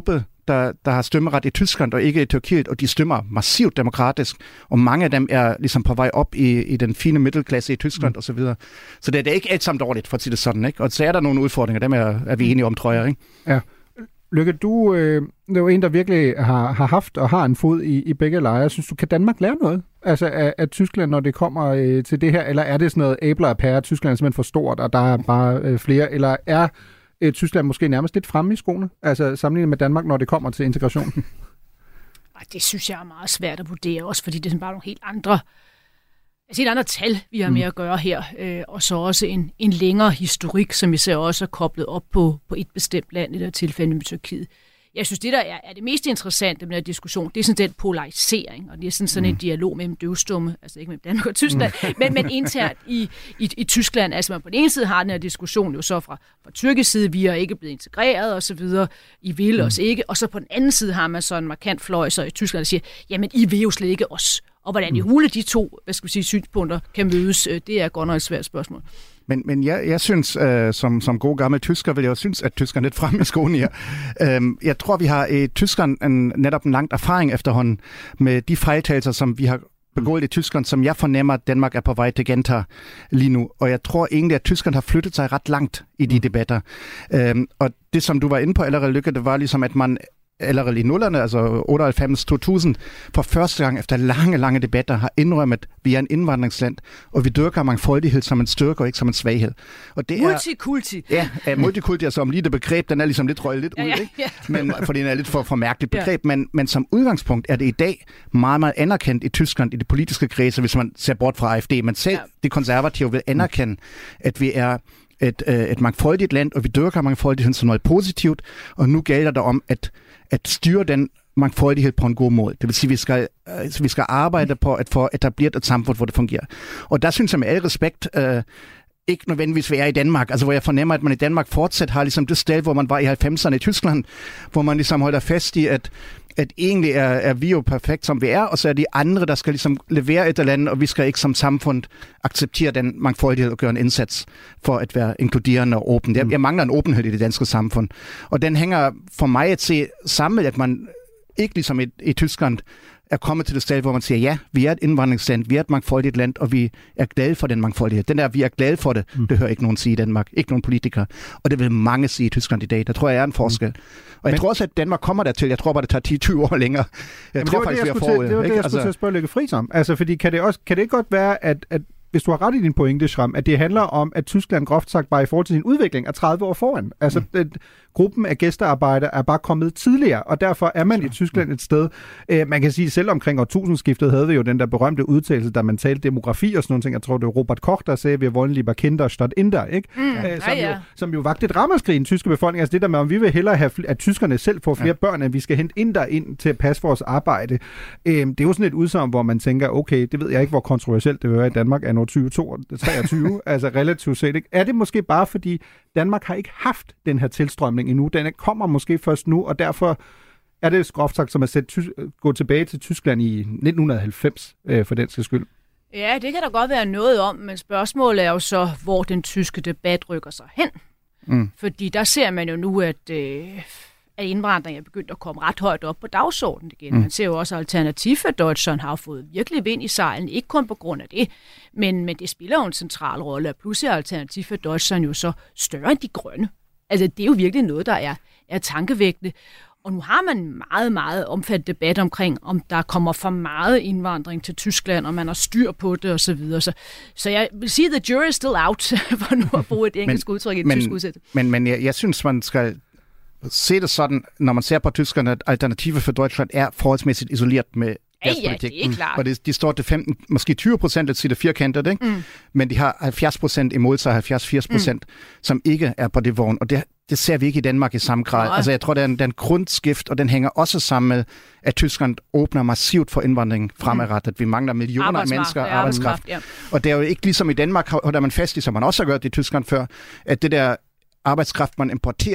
der, der har stemmeret i Tyskland og ikke i Tyrkiet, og de stemmer massivt demokratisk, og mange af dem er ligesom på vej op i, i den fine middelklasse i Tyskland mm. og så videre. Så det, det er ikke alt sammen dårligt, for at sige det sådan, ikke? Og så er der nogle udfordringer, dem er, er vi enige om, tror jeg, ikke? Ja. Lykke, du øh, er jo en, der virkelig har, har haft og har en fod i, i begge lejre. Synes du, kan Danmark lære noget altså af, af Tyskland, når det kommer øh, til det her? Eller er det sådan noget æbler og pærer, Tyskland er simpelthen for stort, og der er bare øh, flere? Eller er øh, Tyskland måske nærmest lidt fremme i skoene, altså sammenlignet med Danmark, når det kommer til integration? Det synes jeg er meget svært at vurdere, også fordi det er bare nogle helt andre, altså helt andre tal, vi har med at gøre her, øh, og så også en, en længere historik, som vi ser også er koblet op på, på et bestemt land, i det her tilfælde med Tyrkiet. Jeg synes, det der er, er det mest interessante med den her diskussion, det er sådan den polarisering, og det er sådan, sådan en mm. dialog mellem døvstumme, altså ikke mellem Danmark og Tyskland, mm. men, men internt i, i, i Tyskland. Altså man på den ene side har den her diskussion jo så fra, fra tyrkisk side, vi er ikke blevet integreret og så videre, I vil mm. os ikke, og så på den anden side har man så en markant fløj, så i Tyskland, der siger, jamen I vil jo slet ikke os. Og hvordan i hule de to, hvad skal vi sige, synspunkter kan mødes, det er godt nok et svært spørgsmål. Men, men jeg, jeg synes, øh, som, som gode gamle tysker, vil jeg jo synes, at tyskerne er lidt fremme i skoen her. øhm, jeg tror, vi har i Tyskland en, netop en lang erfaring efterhånden med de fejltagelser, som vi har begået i Tyskland, som jeg fornemmer, at Danmark er på vej til gentage lige nu. Og jeg tror egentlig, at Tyskland har flyttet sig ret langt i de debatter. Øhm, og det, som du var inde på allerede, Lykke, det var ligesom, at man allerede i nullerne, altså otteoghalvfems til to tusind, for første gang efter lange, lange debatter har indrømmet, at vi er en indvandringsland, og vi dyrker mangfoldighed som en styrke og ikke som en svaghed. Og det multikulti. Er, ja, multikulti, altså om lige det begreb, den er ligesom lidt røget lidt ud, ja, ja, ja. Ikke? Men, fordi den er lidt for, for mærkeligt begreb, ja. men, men som udgangspunkt er det i dag meget, meget anerkendt i Tyskland, i det politiske kredse, hvis man ser bort fra A F D, men selv ja. de konservative vil anerkende, at vi er et, øh, et mangfoldigt land, og vi dyrker mangfoldighed som noget positivt, og nu gælder det om, at at styre den mangfoldighed på en god måde. Det vil sige, at vi skal, øh, vi skal arbejde på at få etableret et samfund, hvor det fungerer. Og der synes jeg med al respekt, øh, ikke nødvendigvis vi er i Danmark, altså hvor jeg fornemmer, at man i Danmark fortsat har ligesom det sted, hvor man var i halvfemserne i Tyskland, hvor man ligesom holder fast i, at, at egentlig er, er vi jo perfekt, som vi er, og så er de andre, der skal ligesom levere et eller andet, og vi skal ikke som samfund acceptere den mangfoldighed og gøre en indsats for at være inkluderende og åben. Jeg, jeg mangler en åbenhed i det danske samfund. Og den hænger for mig at se sammen med, at man ikke ligesom i, i Tyskland er kommet til det sted, hvor man siger, ja, vi er et indvandringsland, vi er et mangfoldigt land, og vi er glade for den mangfoldighed. Den der, vi er glade for det, mm. det hører ikke nogen sige i Danmark, ikke nogen politikere. Og det vil mange sige i Tyskland i dag. Der tror jeg er en forskel. Mm. Og jeg Men... tror også, at Danmark kommer dertil. Jeg tror bare, det tager ti til tyve år længere. Jeg Jamen, tror det faktisk, det, vi har forud. Det var det, jeg skulle til at spørge Lykke Friis om. Altså, fordi kan det, også, kan det ikke godt være, at, at hvis du har ret i din pointe, Schramm, at det handler om, at Tyskland groft sagt bare i forhold til sin udvikling er tredive år foran. Altså, mm. den, gruppen af gæstearbejdere er bare kommet tidligere, og derfor er man i Tyskland et sted. Øh, man kan sige, selv omkring årtusindskiftet havde vi jo den der berømte udtalelse, da man talte demografi og sådan nogle ting. Jeg tror, det var Robert Koch, der sagde, at vi wollen lieber Kinder statt Inder, ikke? Mm. Øh, som, ja, ja. Jo, som jo vagte et ramaskrig i den tyske befolkning. Altså det der med, om vi vil hellere have, at tyskerne selv får flere ja. børn, end vi skal hente Inder ind til at passe vores arbejde. Øh, det er jo sådan et udsagn, hvor man tænker, okay, det ved jeg ikke, hvor kontroversielt det er i Danmark er tyve treogtyve, altså relativt set. Ikke? Er det måske bare, fordi Danmark har ikke haft den her tilstrømning endnu? Den kommer måske først nu, og derfor er det groft sagt som at sætte ty- gå tilbage til Tyskland i nitten halvfems øh, for den skyld. Ja, det kan der godt være noget om, men spørgsmålet er jo så, hvor den tyske debat rykker sig hen. Mm. Fordi der ser man jo nu, at, øh, at indvandring er begyndt at komme ret højt op på dagsordenen igen. Mm. Man ser jo også, at Alternativ for Deutschland har fået virkelig vind i sejlen, ikke kun på grund af det, men, men det spiller jo en central rolle, og pludselig er Alternativ for Deutschland jo så større end de grønne. Altså, det er jo virkelig noget, der er, er tankevækkende. Og nu har man en meget, meget omfattende debat omkring, om der kommer for meget indvandring til Tyskland, og man har styr på det osv. Så, videre. så, så jeg vil sige, at the jury is still out, for nu at bruge et engelsk men, udtryk i et tysk udsæt. Men, men jeg, jeg synes, man skal se det sådan, når man ser på tyskerne, at Alternative for Deutschland er forholdsmæssigt isoleret med ja, ja, det er klart. Og det, de står til femten, måske tyve procent, at sige det firkantet, ikke? Mm. Men de har halvfjerds procent imod sig, halvfjerds til firs procent, mm. som ikke er på det vogn. Og det, det ser vi ikke i Danmark i samme grad. Nej. Altså jeg tror, det er en, det er en grundskift, og den hænger også sammen med, at Tyskland åbner massivt for indvandring fremadrettet. Mm. Vi mangler millioner af mennesker og arbejdskraft. Ja. Og det er jo ikke ligesom i Danmark, holder man fast i, som man også har gjort i Tyskland før, at det der arbejdskraft, man importerer,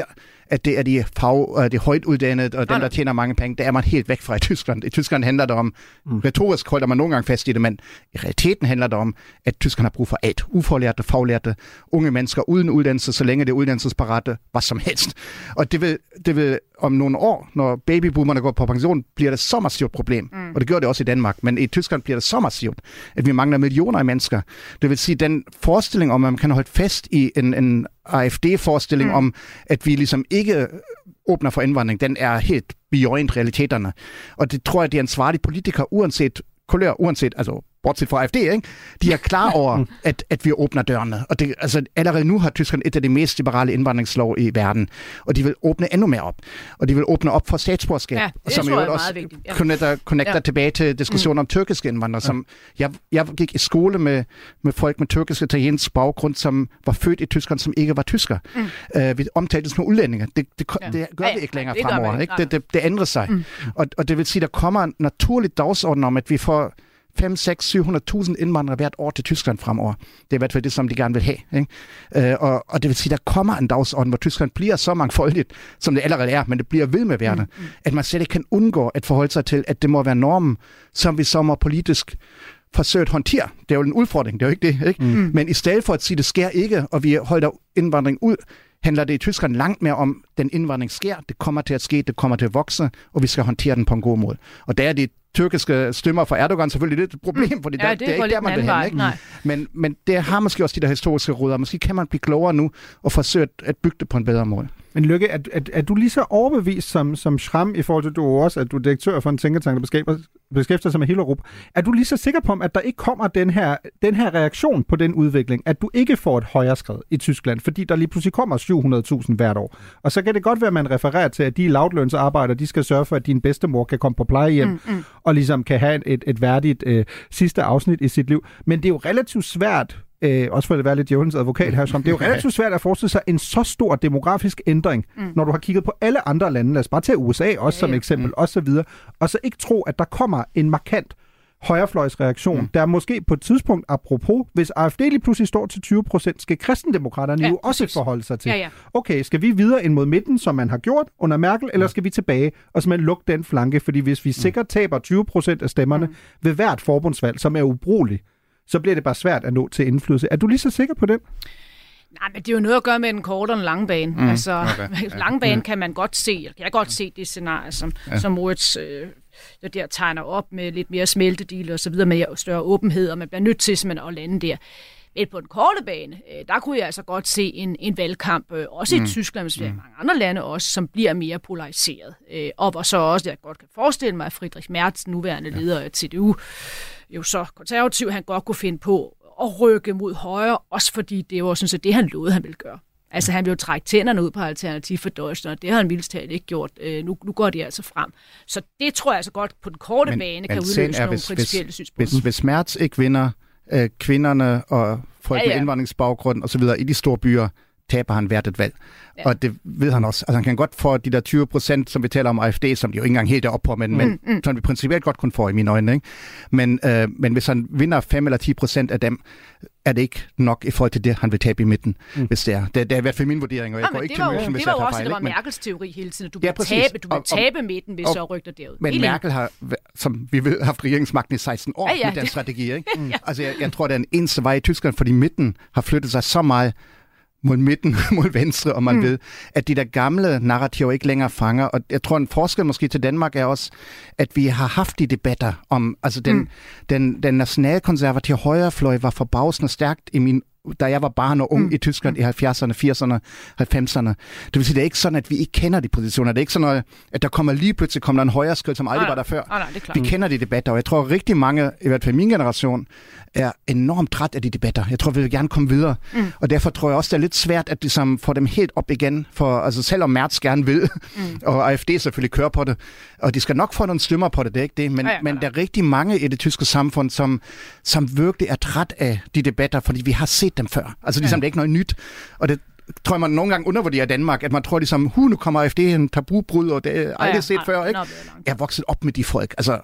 at det er de, fag, de højt uddannede, og dem, der tjener mange penge, der er man helt væk fra i Tyskland. I Tyskland handler det om, mm. retorisk holder man nogle gange fast i det, men i realiteten handler det om, at Tyskland har brug for alt. Uforlærte, faglærte, unge mennesker uden uddannelse, så længe det er uddannelsesparate, hvad som helst. Og det vil, det vil om nogle år, når babyboomerne går på pension, bliver det så massivt problem. Mm. Og det gør det også i Danmark, men i Tyskland bliver det så massivt, at vi mangler millioner af mennesker. Det vil sige, den forestilling om, at man kan holde fast i en, en A F D-forestilling mm. om, at vi ligesom ikke åbner for indvandring, den er helt beyond realiteterne. Og det tror jeg, det er ansvarlige politikere, uanset kulør, uanset, altså bortset fra A F D, ikke? De er klar over, at, at vi åbner dørene. Og det, altså, allerede nu har Tyskland et af de mest liberale indvandringslov i verden, og de vil åbne endnu mere op. Og de vil åbne op for statsborgerskab, ja, det som tror jeg jo også vigtigt. Ja. connecter, connecter ja. tilbage til diskussionen mm. om tyrkiske indvandrere. Som jeg, jeg gik i skole med, med folk med tyrkisk og italiensk baggrund, som var født i Tyskland, som ikke var tysker. Mm. Uh, vi omtalte som udlændinge. Det, det, ja. det gør ja, vi ikke længere ja, fremover. Ikke? Det, det, det ændrer sig. Mm. Og, og det vil sige, der kommer en naturlig dagsorden om, at vi får fem, seks, syv hundrede tusind indvandrere hvert år til Tyskland fremover. Det er i hvert fald det, som de gerne vil have. Ikke? Uh, og, og det vil sige, der kommer en dagsorden, hvor Tyskland bliver så mangfoldigt, som det allerede er, men det bliver ved med at være det. Mm. At man slet ikke kan undgå at forholde sig til, at det må være normen, som vi så må politisk forsøge at håndtere. Det er jo en udfordring, det er jo ikke det. Ikke? Mm. Men i stedet for at sige, at det sker ikke, og vi holder indvandring ud, handler det i Tyskland langt mere om, at den indvandring sker, det kommer til at ske, det kommer til at vokse, og vi skal håndtere den på en god måde. Og der er det tyrkiske stemmer for Erdogan selvfølgelig lidt et problem, fordi ja, der, det, det er ikke der, man vil hen. Ikke? Men, men det har måske også de der historiske rødder. Måske kan man blive klogere nu og forsøge at bygge det på en bedre måde. Men Lykke, er, er, er du lige så overbevist som, som Schramm i forhold til, du også, at du er direktør for en tænketank, der beskæftiger, beskæftiger sig med hele Europa. Er du lige så sikker på, at der ikke kommer den her, den her reaktion på den udvikling, at du ikke får et højere skred i Tyskland, fordi der lige pludselig kommer syv hundrede tusind hvert år? Og så kan det godt være, at man refererer til, at de lavtlønsarbejdere, de skal sørge for, at din bedstemor kan komme på plejehjem, mm, mm. og ligesom kan have et, et værdigt øh, sidste afsnit i sit liv. Men det er jo relativt svært, Øh, også for at være lidt djævelens advokat her, som det er jo relativt svært at forestille sig en så stor demografisk ændring, mm. når du har kigget på alle andre lande, lad os bare tage U S A også ja, som ja. eksempel, mm. og så videre, og så ikke tro, at der kommer en markant højrefløjsreaktion, mm. der måske på et tidspunkt, apropos, hvis A F D lige pludselig står til tyve procent, skal kristendemokraterne ja, jo også forholde sig til. Ja, ja. Okay, skal vi videre ind mod midten, som man har gjort under Merkel, eller skal vi tilbage og simpelthen lukke den flanke? Fordi hvis vi sikkert taber tyve procent af stemmerne mm. ved hvert forbundsvalg, som er ubrugeligt, så bliver det bare svært at nå til indflydelse. Er du lige så sikker på det? Nej, men det er jo noget at gøre med den korte og den lange bane. Mm, altså, okay. lange bane mm. kan man godt se, eller kan jeg godt se det scenarie, som, ja. som Moritz øh, der tegner op med lidt mere smeltedil og så videre, med større åbenhed, og man bliver nødt til simpelthen at lande der. Men på den korte bane, øh, der kunne jeg altså godt se en, en valgkamp, øh, også mm. i Tyskland, men mm. mange andre lande også, som bliver mere polariseret. Øh, og hvor så også, jeg godt kan forestille mig, at Friedrich Merz, nuværende ja. leder af C D U, jo så konservativ, han godt kunne finde på at rykke mod højre, også fordi det var sådan set det, han lovede, han ville gøre. Altså han ville jo trække tænderne ud på Alternativ for Deutschland, og det har han vildest talt ikke gjort. Øh, nu, nu går de altså frem. Så det tror jeg altså godt på den korte men, bane kan udløse nogle hvis, principielle synspunkter. Hvis, hvis Merz ikke vinder, øh, kvinderne og folk ja, ja. med indvandringsbaggrund osv. i de store byer, taber han hvert et valg. Ja. Og det ved han også. Altså han kan godt få de der tyve procent, som vi taler om A F D, som de jo ikke engang helt er oppe på, men, mm, men mm. som vi principielt godt kunne få i mine øjne. Ikke? Men, øh, men hvis han vinder fem eller ti procent af dem, er det ikke nok i forhold til det, han vil tabe i midten, mm. hvis det er. Det, det er i hvert fald min vurdering, og jeg ja, går ikke til München, hvis jeg tager fejl. Det var jo også, det var Merkels teori hele tiden. Du vil ja, tabe, du vil og, tabe og, midten, hvis du rykker derud. Men Helt Merkel har, som vi ved, haft regeringsmagten i seksten år ja, ja, med den det. strategi. Ikke? mm. Altså jeg, jeg tror, det er en eneste vej i Tyskland, fordi midten har flyttet sig så meget mod midten, mod venstre, og man mm. ved, at de der gamle narrativer ikke længere fanger. Og jeg tror, en forskel måske til Danmark er også, at vi har haft de debatter om, altså den, mm. den, den nationalkonservative højrefløj var forbavsende stærkt i min da jeg var barn og ung mm. i Tyskland i halvfjerdserne, firserne, halvfemserne. Det vil sige, det er ikke sådan, at vi ikke kender de positioner. Det er ikke sådan, at der kommer lige pludselig kommer der en højre skridt, som aldrig nej, var der før. Nej, nej, vi kender de debatter, og jeg tror rigtig mange, i hvert fald min generation, er enormt træt af de debatter. Jeg tror, vi vil gerne komme videre. Mm. Og derfor tror jeg også, det er lidt svært at ligesom, få dem helt op igen. For altså, selvom Merz gerne vil, mm. og A F D selvfølgelig kører på det, og de skal nok få nogle stemmer på det, det er ikke det. Men, ja, ja, men der er rigtig mange i det tyske samfund, som, som virkelig er træt af de debatter, fordi vi har set dem før. Altså ligesom ja. det er ikke noget nyt. Og det tror jeg, man nogle gange undervurderer Danmark, at man tror ligesom, hu, nu kommer A F D en tabubrud, og det er aldrig ja, ja. set ja, før, ikke? Jeg er vokset op med de folk. Altså,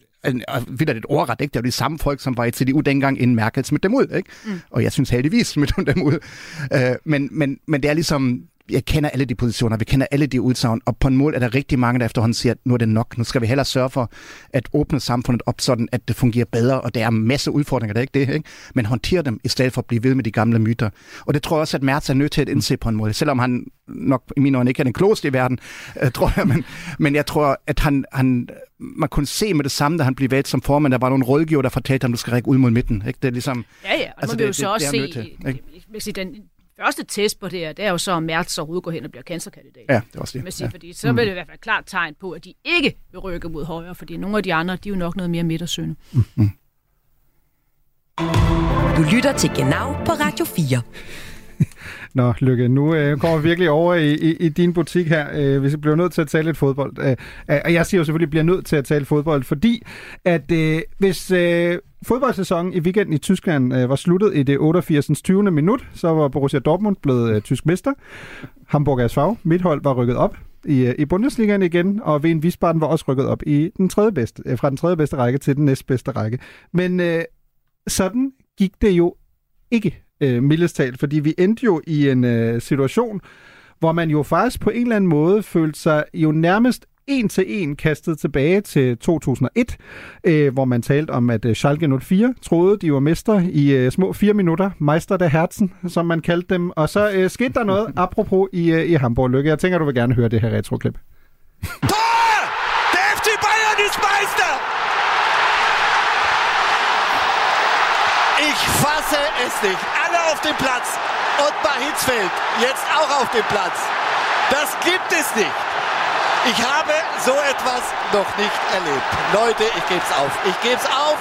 ved det et ordret, ikke? Det er jo de samme folk, som var i C D U dengang, inden Merkel smidt dem ud, ikke? Mm. Og jeg synes heldigvis smidt dem ud. Uh, men, men, men det er ligesom, jeg kender alle de positioner, vi kender alle de udsagn, og på en mål er der rigtig mange, der efterhånden siger, at nu er det nok. Nu skal vi hellere sørge for at åbne samfundet op, sådan at det fungerer bedre, og der er en masse udfordringer, det er ikke det, ikke? Men håndtere dem, i stedet for at blive ved med de gamle myter. Og det tror jeg også, at Mertz er nødt til at indse på en måde, selvom han nok i mine øjne ikke er den klogeste i verden, øh, tror jeg, men, men jeg tror, at han, han, man kunne se med det samme, da han blev valgt som formand, der var nogle rådgiver, der fortalte ham, du skal række ud mod midten. Ikke? Det er ligesom... Ja, ja, og altså, det, vi jo så det, også det, se, til, den første test på det her, det er jo så, at Mertz overhovedet går hen og bliver kanslerkandidat. Ja, det er også det. Sige, ja. Fordi så vil det i hvert fald et klart tegn på, at de ikke vil rykke mod højre, fordi nogle af de andre, de er jo nok noget mere midtersøgende. Mm-hmm. Du lytter til Genau på Radio fire. Nå, Lykke, nu øh, kommer vi virkelig over i, i, i din butik her. Øh, vi bliver nødt til at tale lidt fodbold. Øh, og jeg siger jo selvfølgelig, at vi bliver nødt til at tale fodbold, fordi at øh, hvis øh, fodboldsæsonen i weekenden i Tyskland øh, var sluttet i det otteogfirs tyvende minut, så var Borussia Dortmund blevet øh, tysk mester. Hamburger S V, mit hold, var rykket op i, øh, i Bundesligaen igen, og Wien Wiesbaden var også rykket op i den tredje bedste, øh, fra den tredje bedste række til den næstbedste række. Men øh, sådan gik det jo ikke. Øh, mildest talt, fordi vi endte jo i en øh, situation, hvor man jo faktisk på en eller anden måde følte sig jo nærmest en til en kastet tilbage til to tusind og et, øh, hvor man talte om, at øh, Schalke nul fire troede, de var mester i øh, små fire minutter. Meister der Herzen, som man kaldte dem. Og så øh, skete der noget, apropos i, øh, i Hamburg. Lykke, jeg tænker, du vil gerne høre det her retroklip. Tor! Der F C Bayern ist Meister! Ich fasse es nicht. Alle auf dem Platz. Ottmar Hitzfeld jetzt auch auf dem Platz. Das gibt es nicht. Ich habe so etwas noch nicht erlebt. Leute, ich geb's auf. Ich geb's auf.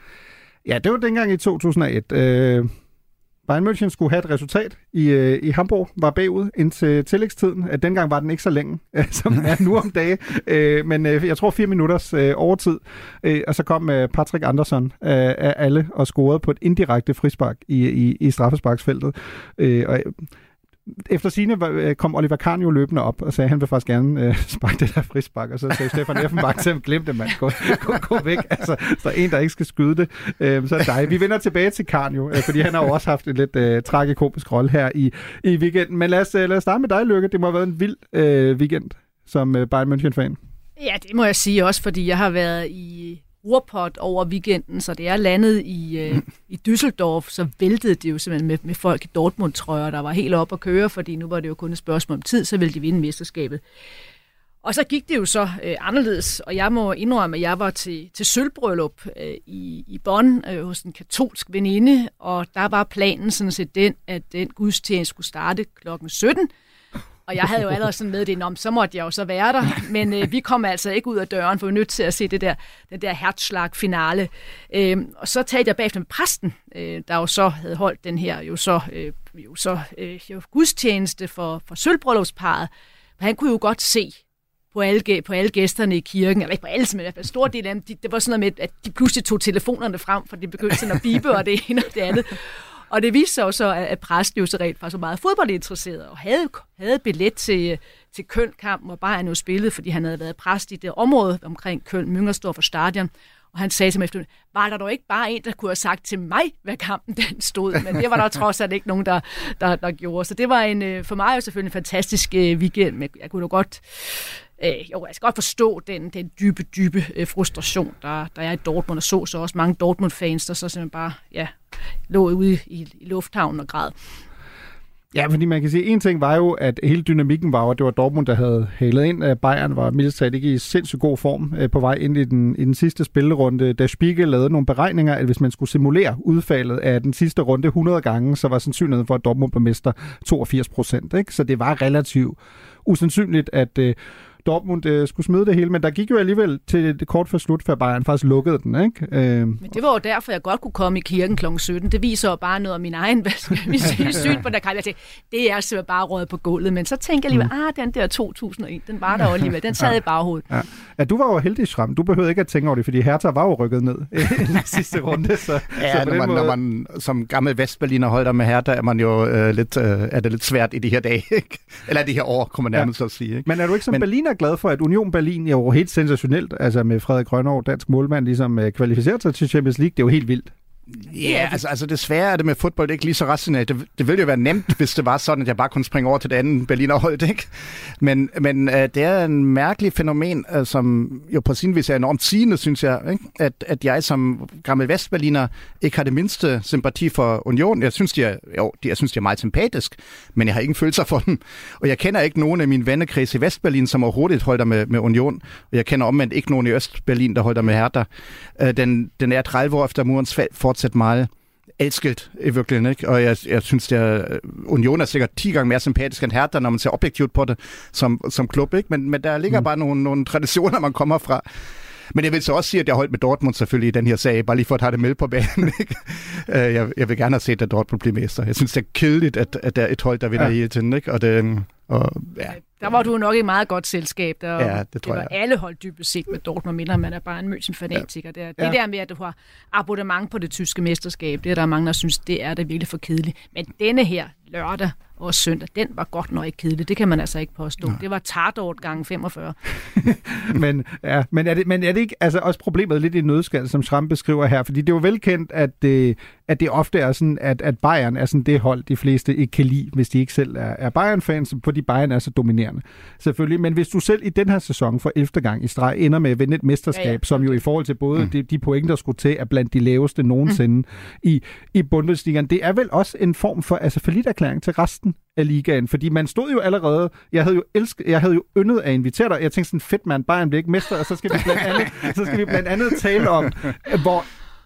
Ja, det var dengang i to tusind og et. Øh, Bayern München skulle have et resultat i, øh, i Hamburg, var bagud indtil tillægstiden. Dengang var den ikke så længe, øh, som den er nu om dage. Øh, men øh, jeg tror fire minutters øh, overtid. Øh, og så kom øh, Patrick Andersson øh, af alle og scorede på et indirekte frispark i, i, i straffesparksfeltet. Øh, og efter sigende kom Oliver Kahn jo løbende op og sagde, at han vil faktisk gerne øh, sparke det der frispark, og så sagde Stefan Effenbach til ham, glem det, mand, gå, gå, gå væk. Altså, så er en, der ikke skal skyde det, øh, så er dig. Vi vender tilbage til Kahn jo, øh, fordi han har jo også haft en lidt øh, tragikomisk rolle her i, i weekenden. Men lad os, øh, lad os starte med dig, Lykke. Det må have været en vild øh, weekend som øh, Bayern München-fan. Ja, det må jeg sige også, fordi jeg har været i Ruhrpott over weekenden, så det er landet i, øh, i Düsseldorf, så væltede det jo simpelthen med, med folk i Dortmund-trøjer, der var helt op at køre, fordi nu var det jo kun et spørgsmål om tid, så ville de vinde mesterskabet. Og så gik det jo så øh, anderledes, og jeg må indrømme, at jeg var til, til sølvbryllup øh, i, i Bonn øh, hos en katolsk veninde, og der var planen sådan set den, at den gudstjeneste skulle starte klokken sytten. Og jeg havde jo allerede sådan med det, om så måtte jeg jo så være der, men øh, vi kom altså ikke ud af døren, for vi var nødt til at se det der, den der Herzschlag-finale. Øh, og så talte jeg bagefter med præsten, øh, der jo så havde holdt den her jo så, øh, jo så øh, jo gudstjeneste for, for sølvbryllupsparret. Han kunne jo godt se på alle, på alle gæsterne i kirken, eller ikke på alle, men i hvert fald en stor del af dem, de, det var sådan noget med, at de pludselig tog telefonerne frem, for de begyndte sådan at bibe og det ene og det andet. Og det viste sig jo så, at præsten jo så rent var så meget fodboldinteresseret, og havde, havde billet til, til Köln-kampen, hvor Bayern jo spillede, fordi han havde været præst i det område omkring Köln-Müngersdorfer Stadion. Og han sagde til mig efter, var der dog ikke bare en, der kunne have sagt til mig, hvad kampen den stod? Men det var der trods alt ikke nogen, der, der, der gjorde. Så det var en, for mig jo selvfølgelig en fantastisk weekend, men jeg kunne jo godt... Øh, jo, jeg skal godt forstå den, den dybe, dybe øh, frustration, der, der er i Dortmund, og så så også mange Dortmund-fans, der så simpelthen bare ja, lå ude i, i lufthavnen og græd. Ja, fordi man kan sige, en ting var jo, at hele dynamikken var, at det var Dortmund, der havde halet ind. Bayern var mildest talt ikke i sindssygt god form øh, på vej ind i den, i den sidste spillerunde. Da Spiegel lavede nogle beregninger, at hvis man skulle simulere udfaldet af den sidste runde hundrede gange, så var sandsynligheden for, at Dortmund blev mester toogfirs procent. Ikke? Så det var relativt usandsynligt, at øh, Dortmund øh, skulle smide det hele, men der gik jo alligevel til det kort for slut, før Bayern faktisk lukkede den, ikke? Øh. Men det var jo derfor, jeg godt kunne komme i kirken klokken sytten. Det viser jo bare noget af min egen syn på der kamp. Jeg tænkte, det er simpelthen bare røget på gulvet, men så tænkte jeg alligevel, mm. ah, den der to tusind og en, den var der jo alligevel, den sad ja. i baghovedet. Ja. ja, du var jo heldig, Schramm. Du behøvede ikke at tænke over det, fordi Hertha var jo rykket ned i den sidste runde. Så, ja, så når, man, måde... når man som gammel Vestberliner holder med Hertha, er man jo øh, lidt, øh, er det lidt svært i de her dage, ikke? Eller de her år, kunne man nærmest ja. så sige. Ikke? Men er du ikke som men... Berliner glad for, at Union Berlin er jo helt sensationelt, altså med Frederik Grønnerov, dansk målmand, ligesom kvalificeret sig til Champions League? Det er jo helt vildt. Ja, yeah, altså, altså desværre er det med fodbold ikke lige så rationelt. Det, det ville jo være nemt, hvis det var sådan, at jeg bare kunne springe over til det andet Berlinerhold, ikke? Men, men uh, det er en mærkelig fænomen, uh, som jo på sin vis er enormt sigende, synes jeg, ikke? At, at jeg som gammel Vestberliner ikke har det mindste sympati for Union. Jeg synes, de er, jo, jeg synes, de er meget sympatisk, men jeg har ingen følelser for dem. Og jeg kender ikke nogen af mine vennekreds i Vestberlin, som overhovedet holder med, med Union. Og jeg kender omvendt ikke nogen i Østberlin, der holder med Hertha. Uh, den, den er tredive år efter murens fald fortsat meget elskelt i virkeligheden, ikke? Og jeg, jeg synes, det er, Union er sikkert ti gange mere sympatisk end Hertha, når man ser objektivt på det som, som klub, ikke? Men, men der ligger mm. bare nogle, nogle traditioner, man kommer fra. Men jeg vil så også sige, at jeg holdt med Dortmund selvfølgelig i den her sag, bare lige for at have det med på banen, ikke? jeg, jeg vil gerne have set, at Dortmund bliver mester. Jeg synes, det er kedeligt, at, at der er et hold, der vinder ja. hele tiden, ikke? Og det, og, ja. Der var du nok i meget godt selskab. Der, ja, det tror det var jeg. Alle hold dybest set med Dortmund, mindre man er bare en München-fanatiker. Ja. Det, det ja. der med, at du har abonnement på det tyske mesterskab, det er der mange, der synes, det er det virkelig for kedeligt. Men denne her lørdag og søndag, den var godt nok ikke kedelig. Det kan man altså ikke påstå. Ja. Det var Tardort gange femogfyrre. men, ja, men, er det, men er det ikke altså også problemet lidt i nødskal, som Schramm beskriver her? Fordi det er jo velkendt, at det, at det ofte er sådan, at, at Bayern er sådan det hold, de fleste ikke kan lide, hvis de ikke selv er, er Bayern-fans, fordi Bayern er så dominerende. Selvfølgelig. Men hvis du selv i den her sæson for ellevte gang i streg ender med at vinde et mesterskab, ja, ja. som jo i forhold til både mm. de, de point, der skulle til, er blandt de laveste nogensinde mm. i, i Bundesligaen, det er vel også en form for altså forlitterklæring til resten af ligaen, fordi man stod jo allerede, jeg havde jo elsket, jeg havde jo yndet at invitere dig, jeg tænkte sådan, fedt mand, Bayern bliver ikke mester, og så skal vi blandt andet, så skal vi blandt andet tale om, hvor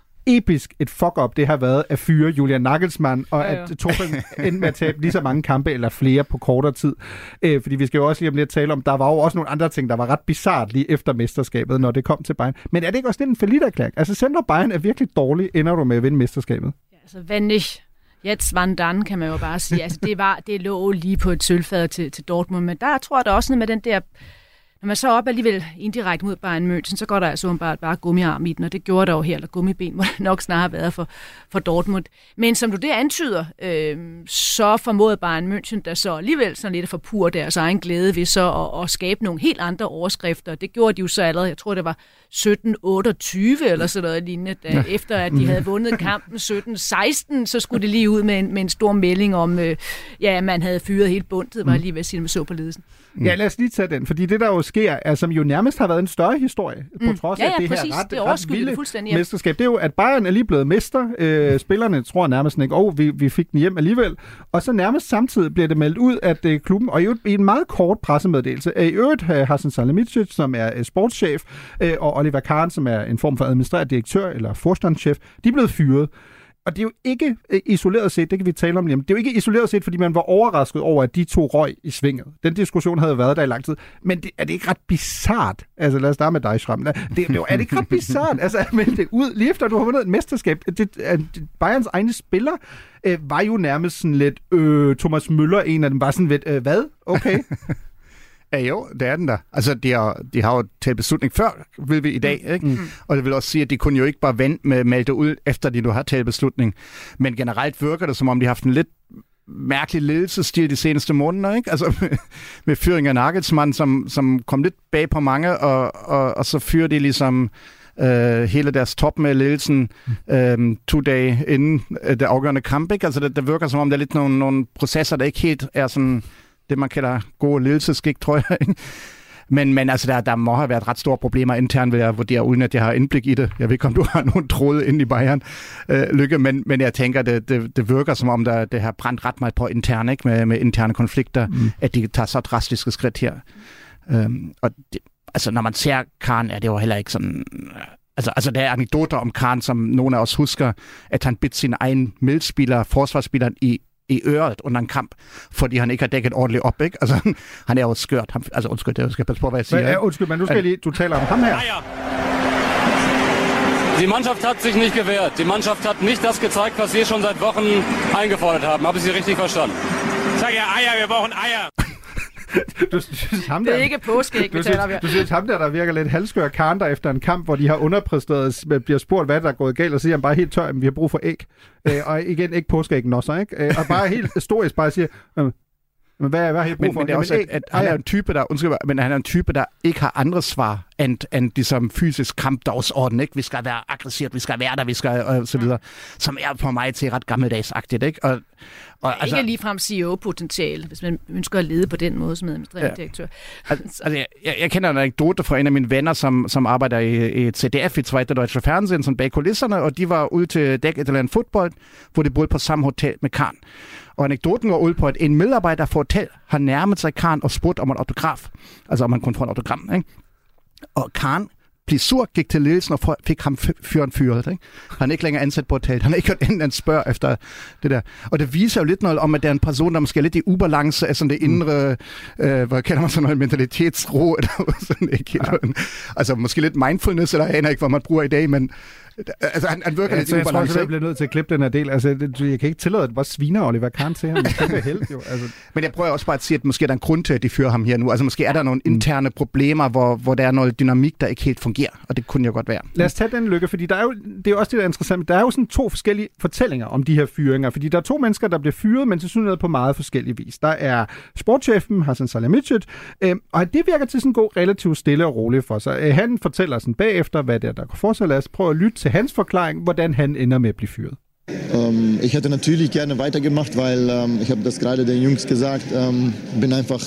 episk et fuck-up det har været at fyre Julian Nagelsmann, og ja, at Tuchel endte med at tabe lige så mange kampe, eller flere på kortere tid. Øh, fordi vi skal jo også lige om lidt tale om, der var jo også nogle andre ting, der var ret bizart lige efter mesterskabet, når det kom til Bayern. Men er det ikke også lidt en falliterklæring? Altså, selv når Bayern er virkelig dårlig, ender du med at vinde mesterskabet? Ja, altså, wenn nicht jetzt wann dann, kan man jo bare sige. Altså, det, var, det lå lige på et sølvfad til, til Dortmund, men der tror jeg da også noget med den der. Når man så op alligevel indirekte mod Bayern München, så går der altså bare, bare gummiarm i den, og det gjorde der jo her, eller gummiben, hvor det nok snart har været for, for Dortmund. Men som du det antyder, øh, så formåede Bayern München der så alligevel sådan lidt at forpure deres egen glæde ved så at, at skabe nogle helt andre overskrifter. Det gjorde de jo så allerede, jeg tror det var sytten otteogtyve eller sådan noget lignende, da, ja. efter at de havde vundet kampen sytten seksten, så skulle det lige ud med en, med en stor melding om, øh, ja, man havde fyret helt bundet, var lige ved at sige, man så på ledelsen. Mm. Ja, lad os lige tage den, fordi det der jo sker, er, som jo nærmest har været en større historie, mm. på trods ja, ja, af det præcis. her ret, det ret vilde ja. mesterskab. Det er jo, at Bayern er lige blevet mester. Øh, spillerne tror nærmest ikke, åh, oh, vi, vi fik den hjem alligevel. Og så nærmest samtidig bliver det meldt ud, at øh, klubben, og i, i en meget kort pressemeddelelse, er i øvrigt øh, Hasan Salihamidzic, som er øh, sportschef, øh, og Oliver Kahn, som er en form for administrerende direktør eller forstandschef, de er blevet fyret. Og det er jo ikke isoleret set, det kan vi tale om lige om, det er jo ikke isoleret set, fordi man var overrasket over, at de to røg i svinget. Den diskussion havde været der i lang tid. Men det, er det ikke ret bizart? Altså lad os starte med dig, Schramm. Det, det, er det ikke ret bizart? Altså at melde det ud, lige efter du har vundet et mesterskab. Det, det, Bayerns egne spiller øh, var jo nærmest sådan lidt, øh, Thomas Müller, en af dem, var sådan lidt, øh, hvad? Okay. Ja, jo, det er den der. Altså, de har, de har jo taget beslutning før, vil vi i dag, ikke? Mm. Og det vil også sige, at de kunne jo ikke bare vente med at melde det ud, efter de nu har taget beslutning. Men generelt virker det, som om de har haft en lidt mærkelig ledelsesstil de seneste måneder, ikke? Altså, med, med fyring af Nagelsmann, som, som kom lidt bag på mange, og, og, og så fyrer de ligesom øh, hele deres top med ledelsen øh, to dage inden øh, det afgørende kamp, ikke? Altså, det, det virker, som om der er lidt nogle, nogle processer, der ikke helt er sådan det, man kalder gode ledelsesskik, tror jeg. Ikke? Men, men altså, der, der må have været ret store problemer internt, vil jeg vurdere, uden at jeg har indblik i det. Jeg ved ikke, om du har nogen tråde inde i Bayern, øh, Lykke, men, men jeg tænker, det, det, det virker, som om der, det har brændt ret meget på interne, ikke? Med, med interne konflikter, mm. at de tager så drastiske skridt her. Øhm, og det, altså, når man ser Kahn, er det jo heller ikke sådan. Altså, altså der er anekdoter om Kahn, som nogle af os husker, at han bidt sin egen medspiller, forsvarsspilleren, i i øret under en kamp, fordi han ikke har dækket ordentligt op, ikke? Altså, han er jo skørt. Han, altså, undskyld, jeg skal passe på, hvad jeg siger. Men, ja, undskyld, men nu skal jeg lige, du taler om ham her. Die Mannschaft hat sich nicht gewehrt. Die Mannschaft hat nicht das gezeigt, was wir schon seit Wochen eingefordert haben. Habe ich Sie richtig verstanden? Sag ja Eier, wir brauchen Eier. Du, synes, ham det er der, ikke påskæg, vi taler om her. Du synes, ham der, der virker lidt halvskør Kahn, der efter en kamp, hvor de har underpræsteret, bliver spurgt, hvad der er gået galt, og siger han bare helt tør, at vi har brug for æg. Øh, og igen, ikke påskæggen også, ikke? Øh, og bare helt historisk bare siger, øh, men hvad, hvad har I brug men, for? Men det er også, at, at han er en type, der, undskyld, men han er en type, der ikke har andre svar end, end ligesom fysisk kampdagsorden, ikke? Vi skal være aggressivt, vi skal være der, vi skal og så videre, som er for mig til ret gammeldagsagtigt, ikke? Og, og, altså, ikke ligefrem C E O-potentiale, hvis man ønsker at lede på den måde som administrerende ja. direktør. Altså, jeg, jeg kender en anekdote fra en af mine venner, som, som arbejder i, i C D F, i Zweite Deutsche Fernsehen, som bag kulisserne, og de var ude til dække et eller andet fodbold, hvor de boede på samme hotel med Kahn. Og anekdoten går ud på, at en medarbejder fra hotel har nærmet sig Kahn og spurgt om en autograf. Altså om man kunne få en autogram, ikke? Og Kahn blev sur, gik til ledelsen og fik ham fyren fyret. Ikke? Han er ikke længere ansat på hotel. Han har ikke hørt inden, han spørger efter det der. Og det viser jo lidt noget om, at det er en person, der måske er lidt i ubalance af sådan det indre, mm. øh, hvad kalder man sådan noget, mentalitetsro, eller sådan, ikke? Ja. Altså måske lidt mindfulness, eller jeg aner ikke, hvad man bruger i dag, men altså, han, han virker ja, lidt så i jeg ubalance. tror, jeg bliver nødt til at klippe den her del. Altså, det, jeg kan ikke tillade, at det bare sviner Oliver Kahn til ham. Det er helt, jo. Altså. Men jeg prøver også bare at sige, at måske er der en grund til, at de fyrer ham her nu. Altså måske er der nogle interne problemer, hvor, hvor der er noget dynamik, der ikke helt fungerer. Og det kunne jo godt være. Lad os tage den lykke, fordi der er jo, det er jo også det, der er interessant. Der er jo sådan to forskellige fortællinger om de her fyringer. Fordi der er to mennesker, der bliver fyret, men til synligheden på meget forskellige vis. Der er sportschefen, Hasan Salihamidzic, øh, og det virker til sådan en god, relativt stille og rolig for sig. Øh, han fortæller sådan bagefter, hvad det er, der går for sig. Lad os prøve at lytte til hans forklaring, hvordan han ender med at blive fyret. Ähm, ich hätte natürlich gerne weitergemacht, weil ähm, ich habe das gerade den Jungs gesagt, ähm, bin einfach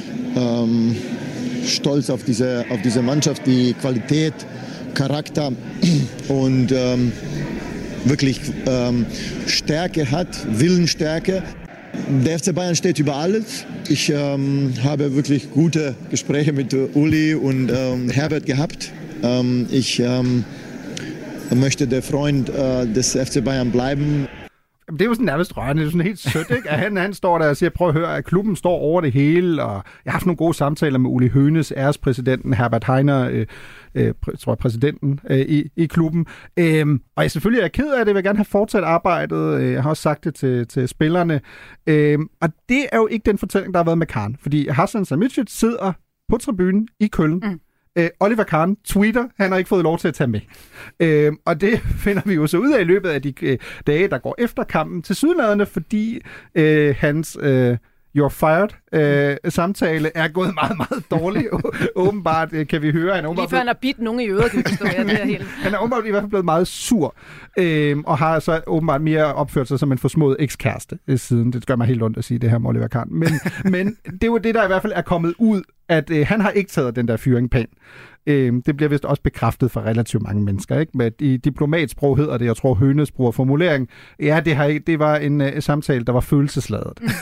ähm, stolz auf diese, auf diese Mannschaft, die Qualität, Charakter und ähm, wirklich ähm, Stärke hat, Willensstärke. Der F C Bayern steht über alles. Ich ähm, habe wirklich gute Gespräche mit Uli und ähm, Herbert gehabt. Ähm, ich ähm, möchte der Freund äh, des F C Bayern bleiben. Det er jo sådan nærmest rørende, det er sådan helt sødt, ikke? At han, han står der og siger, prøv at høre, at klubben står over det hele, og jeg har haft nogle gode samtaler med Uli Hoeneß, ærespræsidenten, Herbert Heiner, øh, øh, tror jeg, præsidenten øh, i, i klubben. Øhm, og jeg selvfølgelig er ked af det, jeg vil gerne have fortsat arbejdet, jeg har også sagt det til, til spillerne. Øhm, og det er jo ikke den fortælling, der har været med Kahn, fordi Hasan Salihamidzic sidder på tribunen i Køln. Mm. Uh, Oliver Kahn tweeter, han har ikke fået lov til at tage med. Uh, og det finder vi jo så ud af i løbet af de uh, dage, der går efter kampen, til sydladende, fordi uh, hans uh, You're Fired uh, samtale er gået meget, meget dårligt. Åbenbart uh, kan vi høre, han er lige før han har bidt nogen i øret, kan vi forstå her, det her hele. Han er åbenbart i hvert fald blevet meget sur, uh, og har så åbenbart mere opført sig som en forsmået ekskæreste uh, siden. Det gør mig helt ondt at sige det her med Oliver Kahn. Men, men det er jo det, der i hvert fald er kommet ud, at øh, han har ikke taget den der fyring pæn. Øh, det bliver vist også bekræftet fra relativt mange mennesker, ikke? Med i diplomatsprog hedder det, jeg tror Hoeneß bruger formulering. Ja, det, har ikke, det var en øh, samtale, der var følelsesladet. Mm.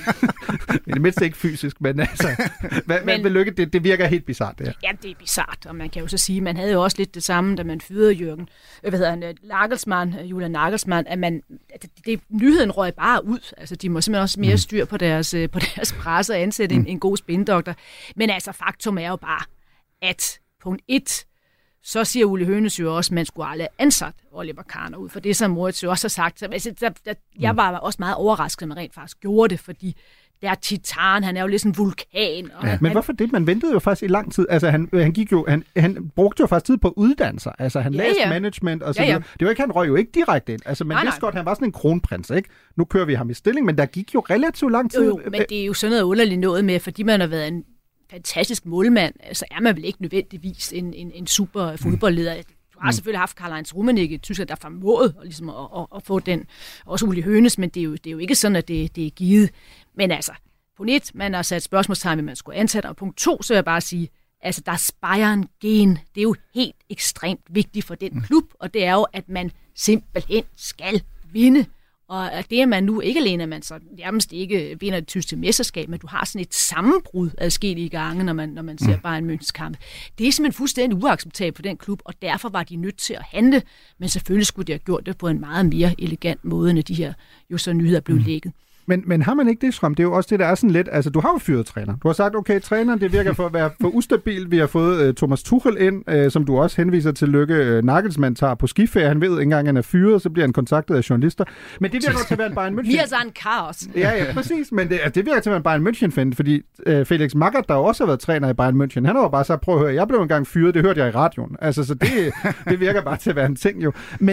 I det mindste ikke fysisk, men altså, hvad, men, hvad lykke, det, det virker helt bizarrt, det her. Ja, det er bizarrt, og man kan jo så sige, man havde jo også lidt det samme, da man fyrede Jürgen, hvad hedder han, Nagelsmann, Julian Nagelsmann, at man, det, det, nyheden røg bare ud. Altså, de må simpelthen også mere styr på deres, på deres presse og ansætte mm. en, en god spindoktor. Men altså, faktum er jo bare, at punkt et, så siger Uli Hoeneß jo også, at man skulle aldrig ansat Oliver Kahn ud, for det som Moritz jo også har sagt. Så, altså, der, der, jeg var også meget overrasket, at man rent faktisk gjorde det, fordi der er titan, han er jo lidt sådan en vulkan. Og ja, han, men hvorfor det? Man ventede jo faktisk i lang tid. Altså, han, han, gik jo, han, han brugte jo faktisk tid på at uddanne sig. Altså, han ja, læste ja. management og så ja, ja. videre. Det var ikke, han røg jo ikke direkte ind. Altså, man nej, vidste nej. godt, han var sådan en kronprins, ikke? Nu kører vi ham i stilling, men der gik jo relativt lang tid. Jo, jo, men det er jo sådan noget underligt noget med, fordi man har været en fantastisk målmand, så er man vel ikke nødvendigvis en, en, en super fodboldleder. Du har mm. selvfølgelig haft Karl-Heinz Rummenigge i Tyskland, der formåede ligesom at, at, at få den, også Uli Hoeneß, men det er jo, det er jo ikke sådan, at det, det er givet. Men altså, punkt et, man har sat spørgsmålstegn, man skulle ansætte, og punkt to, så vil jeg bare sige, altså der er Bayern-gen, det er jo helt ekstremt vigtigt for den klub, og det er jo, at man simpelthen skal vinde. Og det er man nu ikke alene, at man så nærmest ikke vinder det tyske mesterskab, men du har sådan et sammenbrud adskillige gange, når man, når man ser Bayern Münchens kamp. Det er simpelthen fuldstændig uacceptabelt for den klub, og derfor var de nødt til at handle, men selvfølgelig skulle de have gjort det på en meget mere elegant måde, når de her jo så nyheder blev lækket. Men, men har man ikke det, Schramm? Det er jo også det, der er sådan lidt... Altså, du har jo fyret træner. Du har sagt, okay, træneren, det virker for at være for ustabil. Vi har fået uh, Thomas Tuchel ind, uh, som du også henviser til Lykke. Uh, Nagelsmann tager på skiferie. Han ved ikke engang, han er fyret, så bliver han kontaktet af journalister. Men det virker til at være en Bayern München... Vi er så en kaos. Ja, ja, præcis. Men det, det virker til at være en Bayern München-fan, fordi uh, Felix Magath, der også har været træner i Bayern München, han har jo bare sagt, prøv at høre, jeg blev engang fyret, det hørte jeg i radioen. Altså, så det, det virker bare til at være en ting jo. Men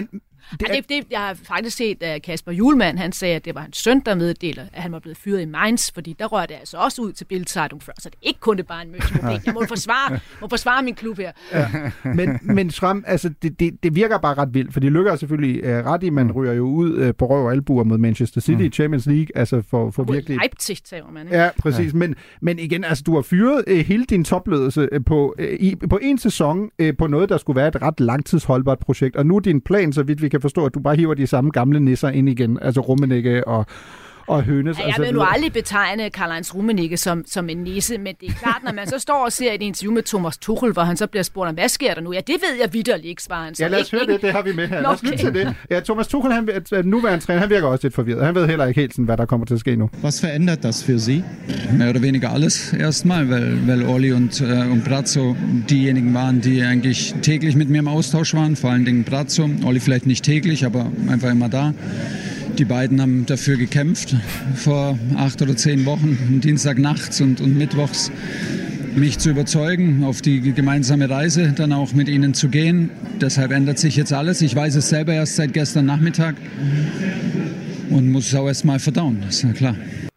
Det, er... det, det, jeg har faktisk set, at Kasper Hjulmand, han sagde, at det var hans søn, der meddeler, at han var blevet fyret i Mainz, fordi der rørte det altså også ud til Bild-Zeitung før, så det er ikke kun det bare en München-problem. Jeg må forsvare, må forsvare min klub her. Ja. Men, men Schramm, altså, det, det, det virker bare ret vildt, for de lykker selvfølgelig uh, ret i, man ryger jo ud uh, på røv og albuer mod Manchester City i mm. Champions League, altså for, for virkelig... Leipzig, tager man, ikke? Ja, præcis. Ja. Men, men igen, altså, du har fyret uh, hele din topledelse uh, på, uh, i, på en sæson uh, på noget, der skulle være et ret langtidsholdbart projekt, og nu er din plan, så vidt vi kan forstå, at du bare hiver de samme gamle nisser ind igen, altså Rummenigge og, og Hønes. Ja, jeg vil nu aldrig betegne Karl-Heinz Rummenigge som, som en nisse, men det er klart, når man så står og ser et interview med Thomas Tuchel, hvor han så bliver spurgt om, hvad sker der nu? Ja, det ved jeg vitterligt ikke, svarer han så. Ja, lad os høre det, det har vi med her. Lad os lytte til det. Ja, Thomas Tuchel, han, nuværende træner, han virker også lidt forvirret. Han ved heller ikke helt, sådan, hvad der kommer til at ske nu. Was verändert das für Sie? Mehr oder weniger alles erstmal, weil, weil Olli und, äh, und Brazzo diejenigen waren, die eigentlich täglich mit mir im Austausch waren, vor allen Dingen Brazzo. Olli vielleicht nicht täglich, aber einfach immer da. Die beiden haben dafür gekämpft vor acht oder zehn Wochen, Dienstag nachts und, und mittwochs, mich zu überzeugen, auf die gemeinsame Reise dann auch mit ihnen zu gehen. Deshalb ändert sich jetzt alles. Ich weiß es selber erst seit gestern Nachmittag und muss es auch erst mal verdauen, das ist ja klar.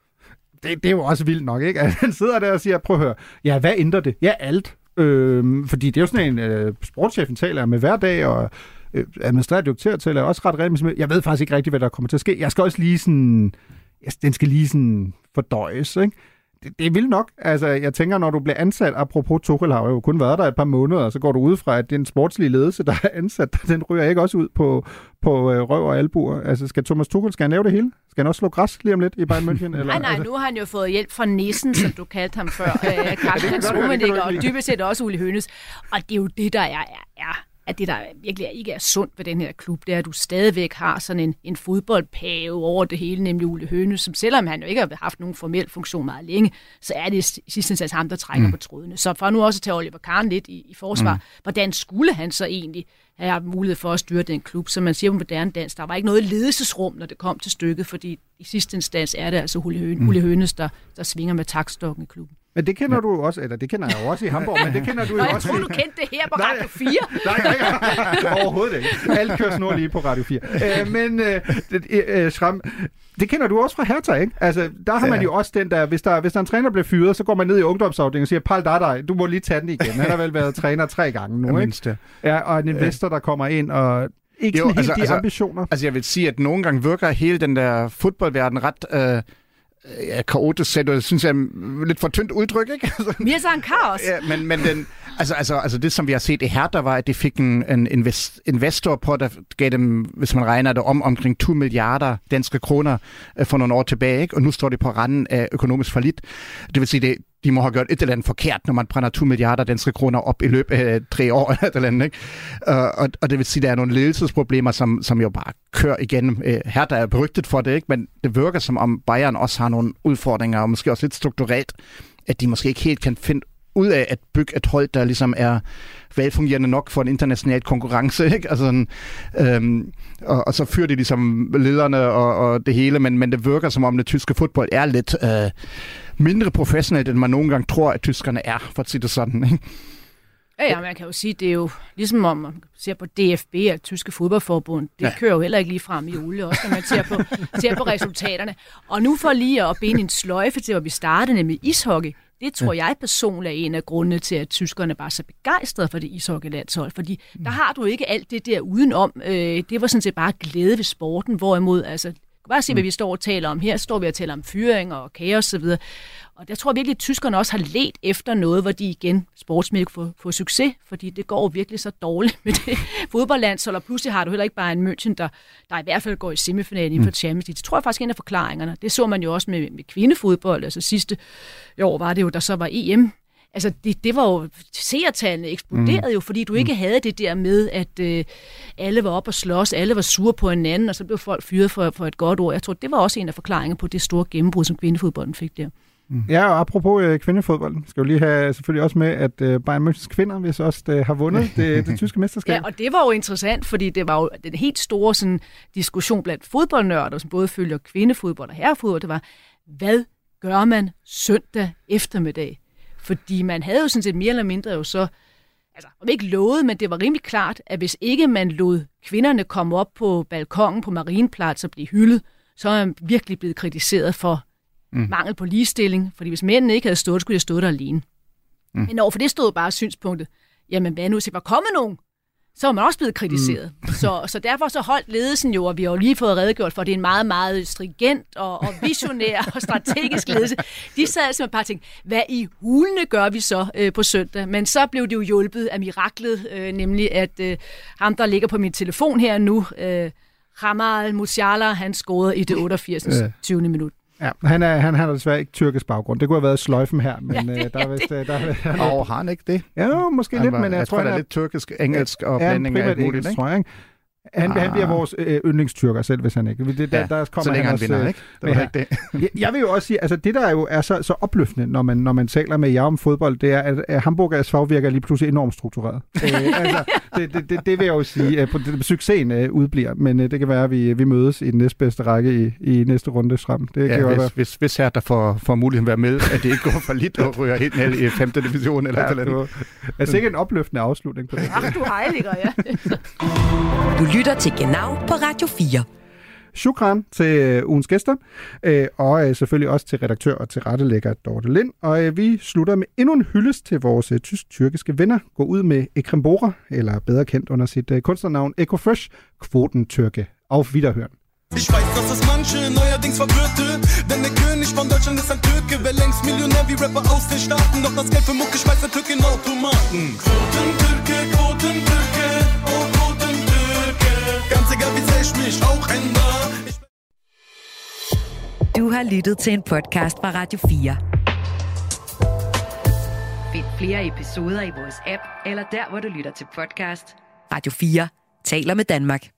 Det, det er jo også vildt nok, ikke? Altså, han sidder der og siger, prøv at høre, ja, hvad ændrer det? Ja, alt. Øhm, fordi det er jo sådan en, øh, sportschefen taler med hver dag, og administrerende direktør taler også ret rent med. Jeg ved faktisk ikke rigtigt, hvad der kommer til at ske. Jeg skal også lige sådan, den skal lige sådan fordøjes, ikke? Det, det er vildt nok. Altså, jeg tænker, når du bliver ansat, apropos Tuchel har jo kun været der et par måneder, og så går du ud fra, at den sportslige ledelse, der er ansat, den ryger ikke også ud på, på øh, røv og albuer. Altså, skal Thomas Tuchel, skal han lave det hele? Skal han også slå græs lige om lidt i Bayern München? Eller, nej, nej, altså? nu har han jo fået hjælp fra nissen, som du kaldte ham før, øh, Karl-Heinz Rummenigge, og dybest set også Uli Hoeneß. Og det er jo det, der er, er, er at det, der virkelig ikke er sundt ved den her klub, det er, at du stadigvæk har sådan en, en fodboldpave over det hele, nemlig Uli Hoeneß, som selvom han jo ikke har haft nogen formel funktion meget længe, så er det i sidste ende ham, der trækker mm. på trådene. Så for nu også at tage Oliver Kahn lidt i, i forsvar, mm. hvordan skulle han så egentlig have mulighed for at styre den klub? Som man siger på moderne dansk, der var ikke noget ledelsesrum, når det kom til stykket, fordi i sidste instans er det altså Uli Hoeneß, mm. Uli Hoeneß der, der svinger med taktstokken i klubben. Men det kender du også, eller det kender jeg jo også i Hamburg, men det kender du jo Nå, jeg også. Jeg tror, du kendte det her på nej, Radio fire. Nej, nej, nej, overhovedet ikke. Alt kører snor lige på Radio fire. Øh, men øh, øh, Schramm, det kender du også fra Hertha, ikke? Altså, der har man jo også den der, hvis der, hvis der en træner bliver fyret, så går man ned i ungdomsafdelingen og siger, Pal Dardai, du må lige tage den igen. Han har vel været træner tre gange nu, ikke? Ja, og en investor, der kommer ind og ikke jo, sådan helt altså, de ambitioner. Altså, altså, jeg vil sige, at nogle gange virker hele den der fodboldverden ret... Øh, Ja, kaotisk sagde du, det synes jeg er lidt for tyndt udtryk, ikke? Mere så en kaos. Ja, men, men den, altså, altså, altså det, som vi har set i Hertha, var, at de fik en, en invest, investor på, der gav dem, hvis man regner det om, omkring to milliarder danske kroner øh, for nogle år tilbage, ikke? Og nu står de på randen af økonomisk fallit. Det vil sige, det de må have gjort et eller andet forkert, når man brænder to milliarder danske kroner op i løbet af tre år eller et eller andet, ikke? Uh, og, og det vil sige, at der er nogle ledelsesproblemer, som, som jo bare kører igennem. Uh, her der er berygtet for det, ikke? Men det virker som om Bayern også har nogle udfordringer, og måske også lidt strukturelt, at de måske ikke helt kan finde ud af at bygge et hold, der ligesom er velfungerende nok for en international konkurrence, ikke? Altså sådan, øhm, og, og så fyrer de ligesom lederne og, og det hele, men, men det virker som om det tyske fodbold er lidt øh, mindre professionelt, end man nogle gange tror, at tyskerne er, for at sige det sådan, ikke? Ja, ja, man kan jo sige, det er jo ligesom om man ser på D F B, at tyske fodboldforbund, det ja. kører jo heller ikke lige frem i olie, også når man ser på, ser på resultaterne. Og nu for lige at binde en sløjfe til, hvor vi startede med ishockey, det tror ja. jeg personligt er en af grundene til, at tyskerne bare er så begejstrede for det ishockeylandshold, fordi mm. der har du ikke alt det der udenom. Øh, det var sådan set bare glæde ved sporten, hvorimod, altså, bare se, hvad vi står og taler om her. Så står vi og taler om fyring og kaos og så videre. Og jeg tror virkelig, at tyskerne også har let efter noget, hvor de igen sportsmæssigt får, får succes, fordi det går virkelig så dårligt med det fodboldlandshold, og pludselig har du heller ikke bare en München, der, der i hvert fald går i semifinalen inden for Champions League. Det tror jeg faktisk er en af forklaringerne. Det så man jo også med, med kvindefodbold. Altså sidste år var det jo, der så var E M. Altså, det, det var jo, seertallene eksploderede jo, fordi du ikke havde det der med, at øh, alle var op og slås, alle var sure på hinanden, og så blev folk fyret for, for et godt ord. Jeg tror, det var også en af forklaringerne på det store gennembrud, som kvindefodbolden fik der. Mm. Ja, og apropos øh, kvindefodbolden, skal vi lige have selvfølgelig også med, at øh, Bayern Münchens kvinder, hvis også øh, har vundet det, det tyske mesterskab. Ja, og det var jo interessant, fordi det var jo den helt store sådan, diskussion blandt fodboldnørder, som både følger kvindefodbold og herrefodbold, det var, hvad gør man søndag eftermiddag? Fordi man havde jo sådan set mere eller mindre jo så altså, om ikke lovet, men det var rimelig klart, at hvis ikke man lod kvinderne komme op på balkongen på Marienplatz og blive hyldet, så er man virkelig blevet kritiseret for mm. mangel på ligestilling. Fordi hvis mændene ikke havde stået, skulle de have stået der alene. Mm. Men overfor det stod bare synspunktet, jamen hvad nu, hvis der var kommet nogen, så var man også blevet kritiseret. Mm. Så, så derfor så holdt ledelsen jo, og vi har jo lige fået redegjort for, at det er en meget, meget stringent og, og visionær og strategisk ledelse. De sad simpelthen bare og tænkte, hvad i hulene gør vi så øh, på søndag? Men så blev det jo hjulpet af miraklet, øh, nemlig at øh, ham, der ligger på min telefon her nu, øh, Jamal Musiala, han scorede i det otteogfirsende tyvende minut. Ja, han, er, han har desværre ikke tyrkisk baggrund. Det kunne have været sløjfen her, men ja, øh, der er vist... Øh, der, han, og har han ikke det? Ja, måske han lidt, var, men jeg, jeg tror, han er lidt tyrkisk, engelsk og ja, blanding af alt muligt, ikke? Han, ah. han bliver vores øh, yndlingstyrker selv, hvis han ikke. Det, der, ja, der kommer så længe han, han vinder, ikke? Det var ikke det. jeg, jeg vil jo også sige, altså det der jo er så, så opløftende, når man, når man taler med jer om fodbold, det er, at, at Hamburger S V virker lige pludselig enormt struktureret. øh, altså, det, det, det, det vil jeg jo sige, at succesen øh, udbliver, men øh, det kan være, at vi, vi mødes i den næstbedste række i, i næste runde frem. Det ja, kan hvis, være. hvis, hvis her der får, får muligheden at være med, at det ikke går for lidt og ryger helt ned i femte division eller ja, et eller andet. Altså ikke en opløftende afslutning på det. Ach, du heiliger, ja. Du lytter til Genau på Radio fire. Shukran til uh, ugens gæster, øh, og uh, selvfølgelig også til redaktør og tilrettelægger Dorte Lind. Og uh, vi slutter med endnu en hyldest til vores uh, tysk-tyrkiske venner. Gå ud med Ekrem Bora, eller bedre kendt under sit uh, kunstnernavn Ecofresh, Quotentürke. Auf Wiederhören. Ich weiß, dass es manche neuerdings verwirrte, denn der König von Deutschland ist ein Türke. Wer längst Millionär wie Rapper aus den Staaten, doch das Geld für Mucke schmeißt der Türke in Automaten. Quotentürke, Quotentürke, oh Quotentürke. Ganz egal wie sehr ich mich auch ändere. Du har lyttet til en podcast fra Radio fire. Find flere episoder i vores app, eller der, hvor du lytter til podcast. Radio fire taler med Danmark.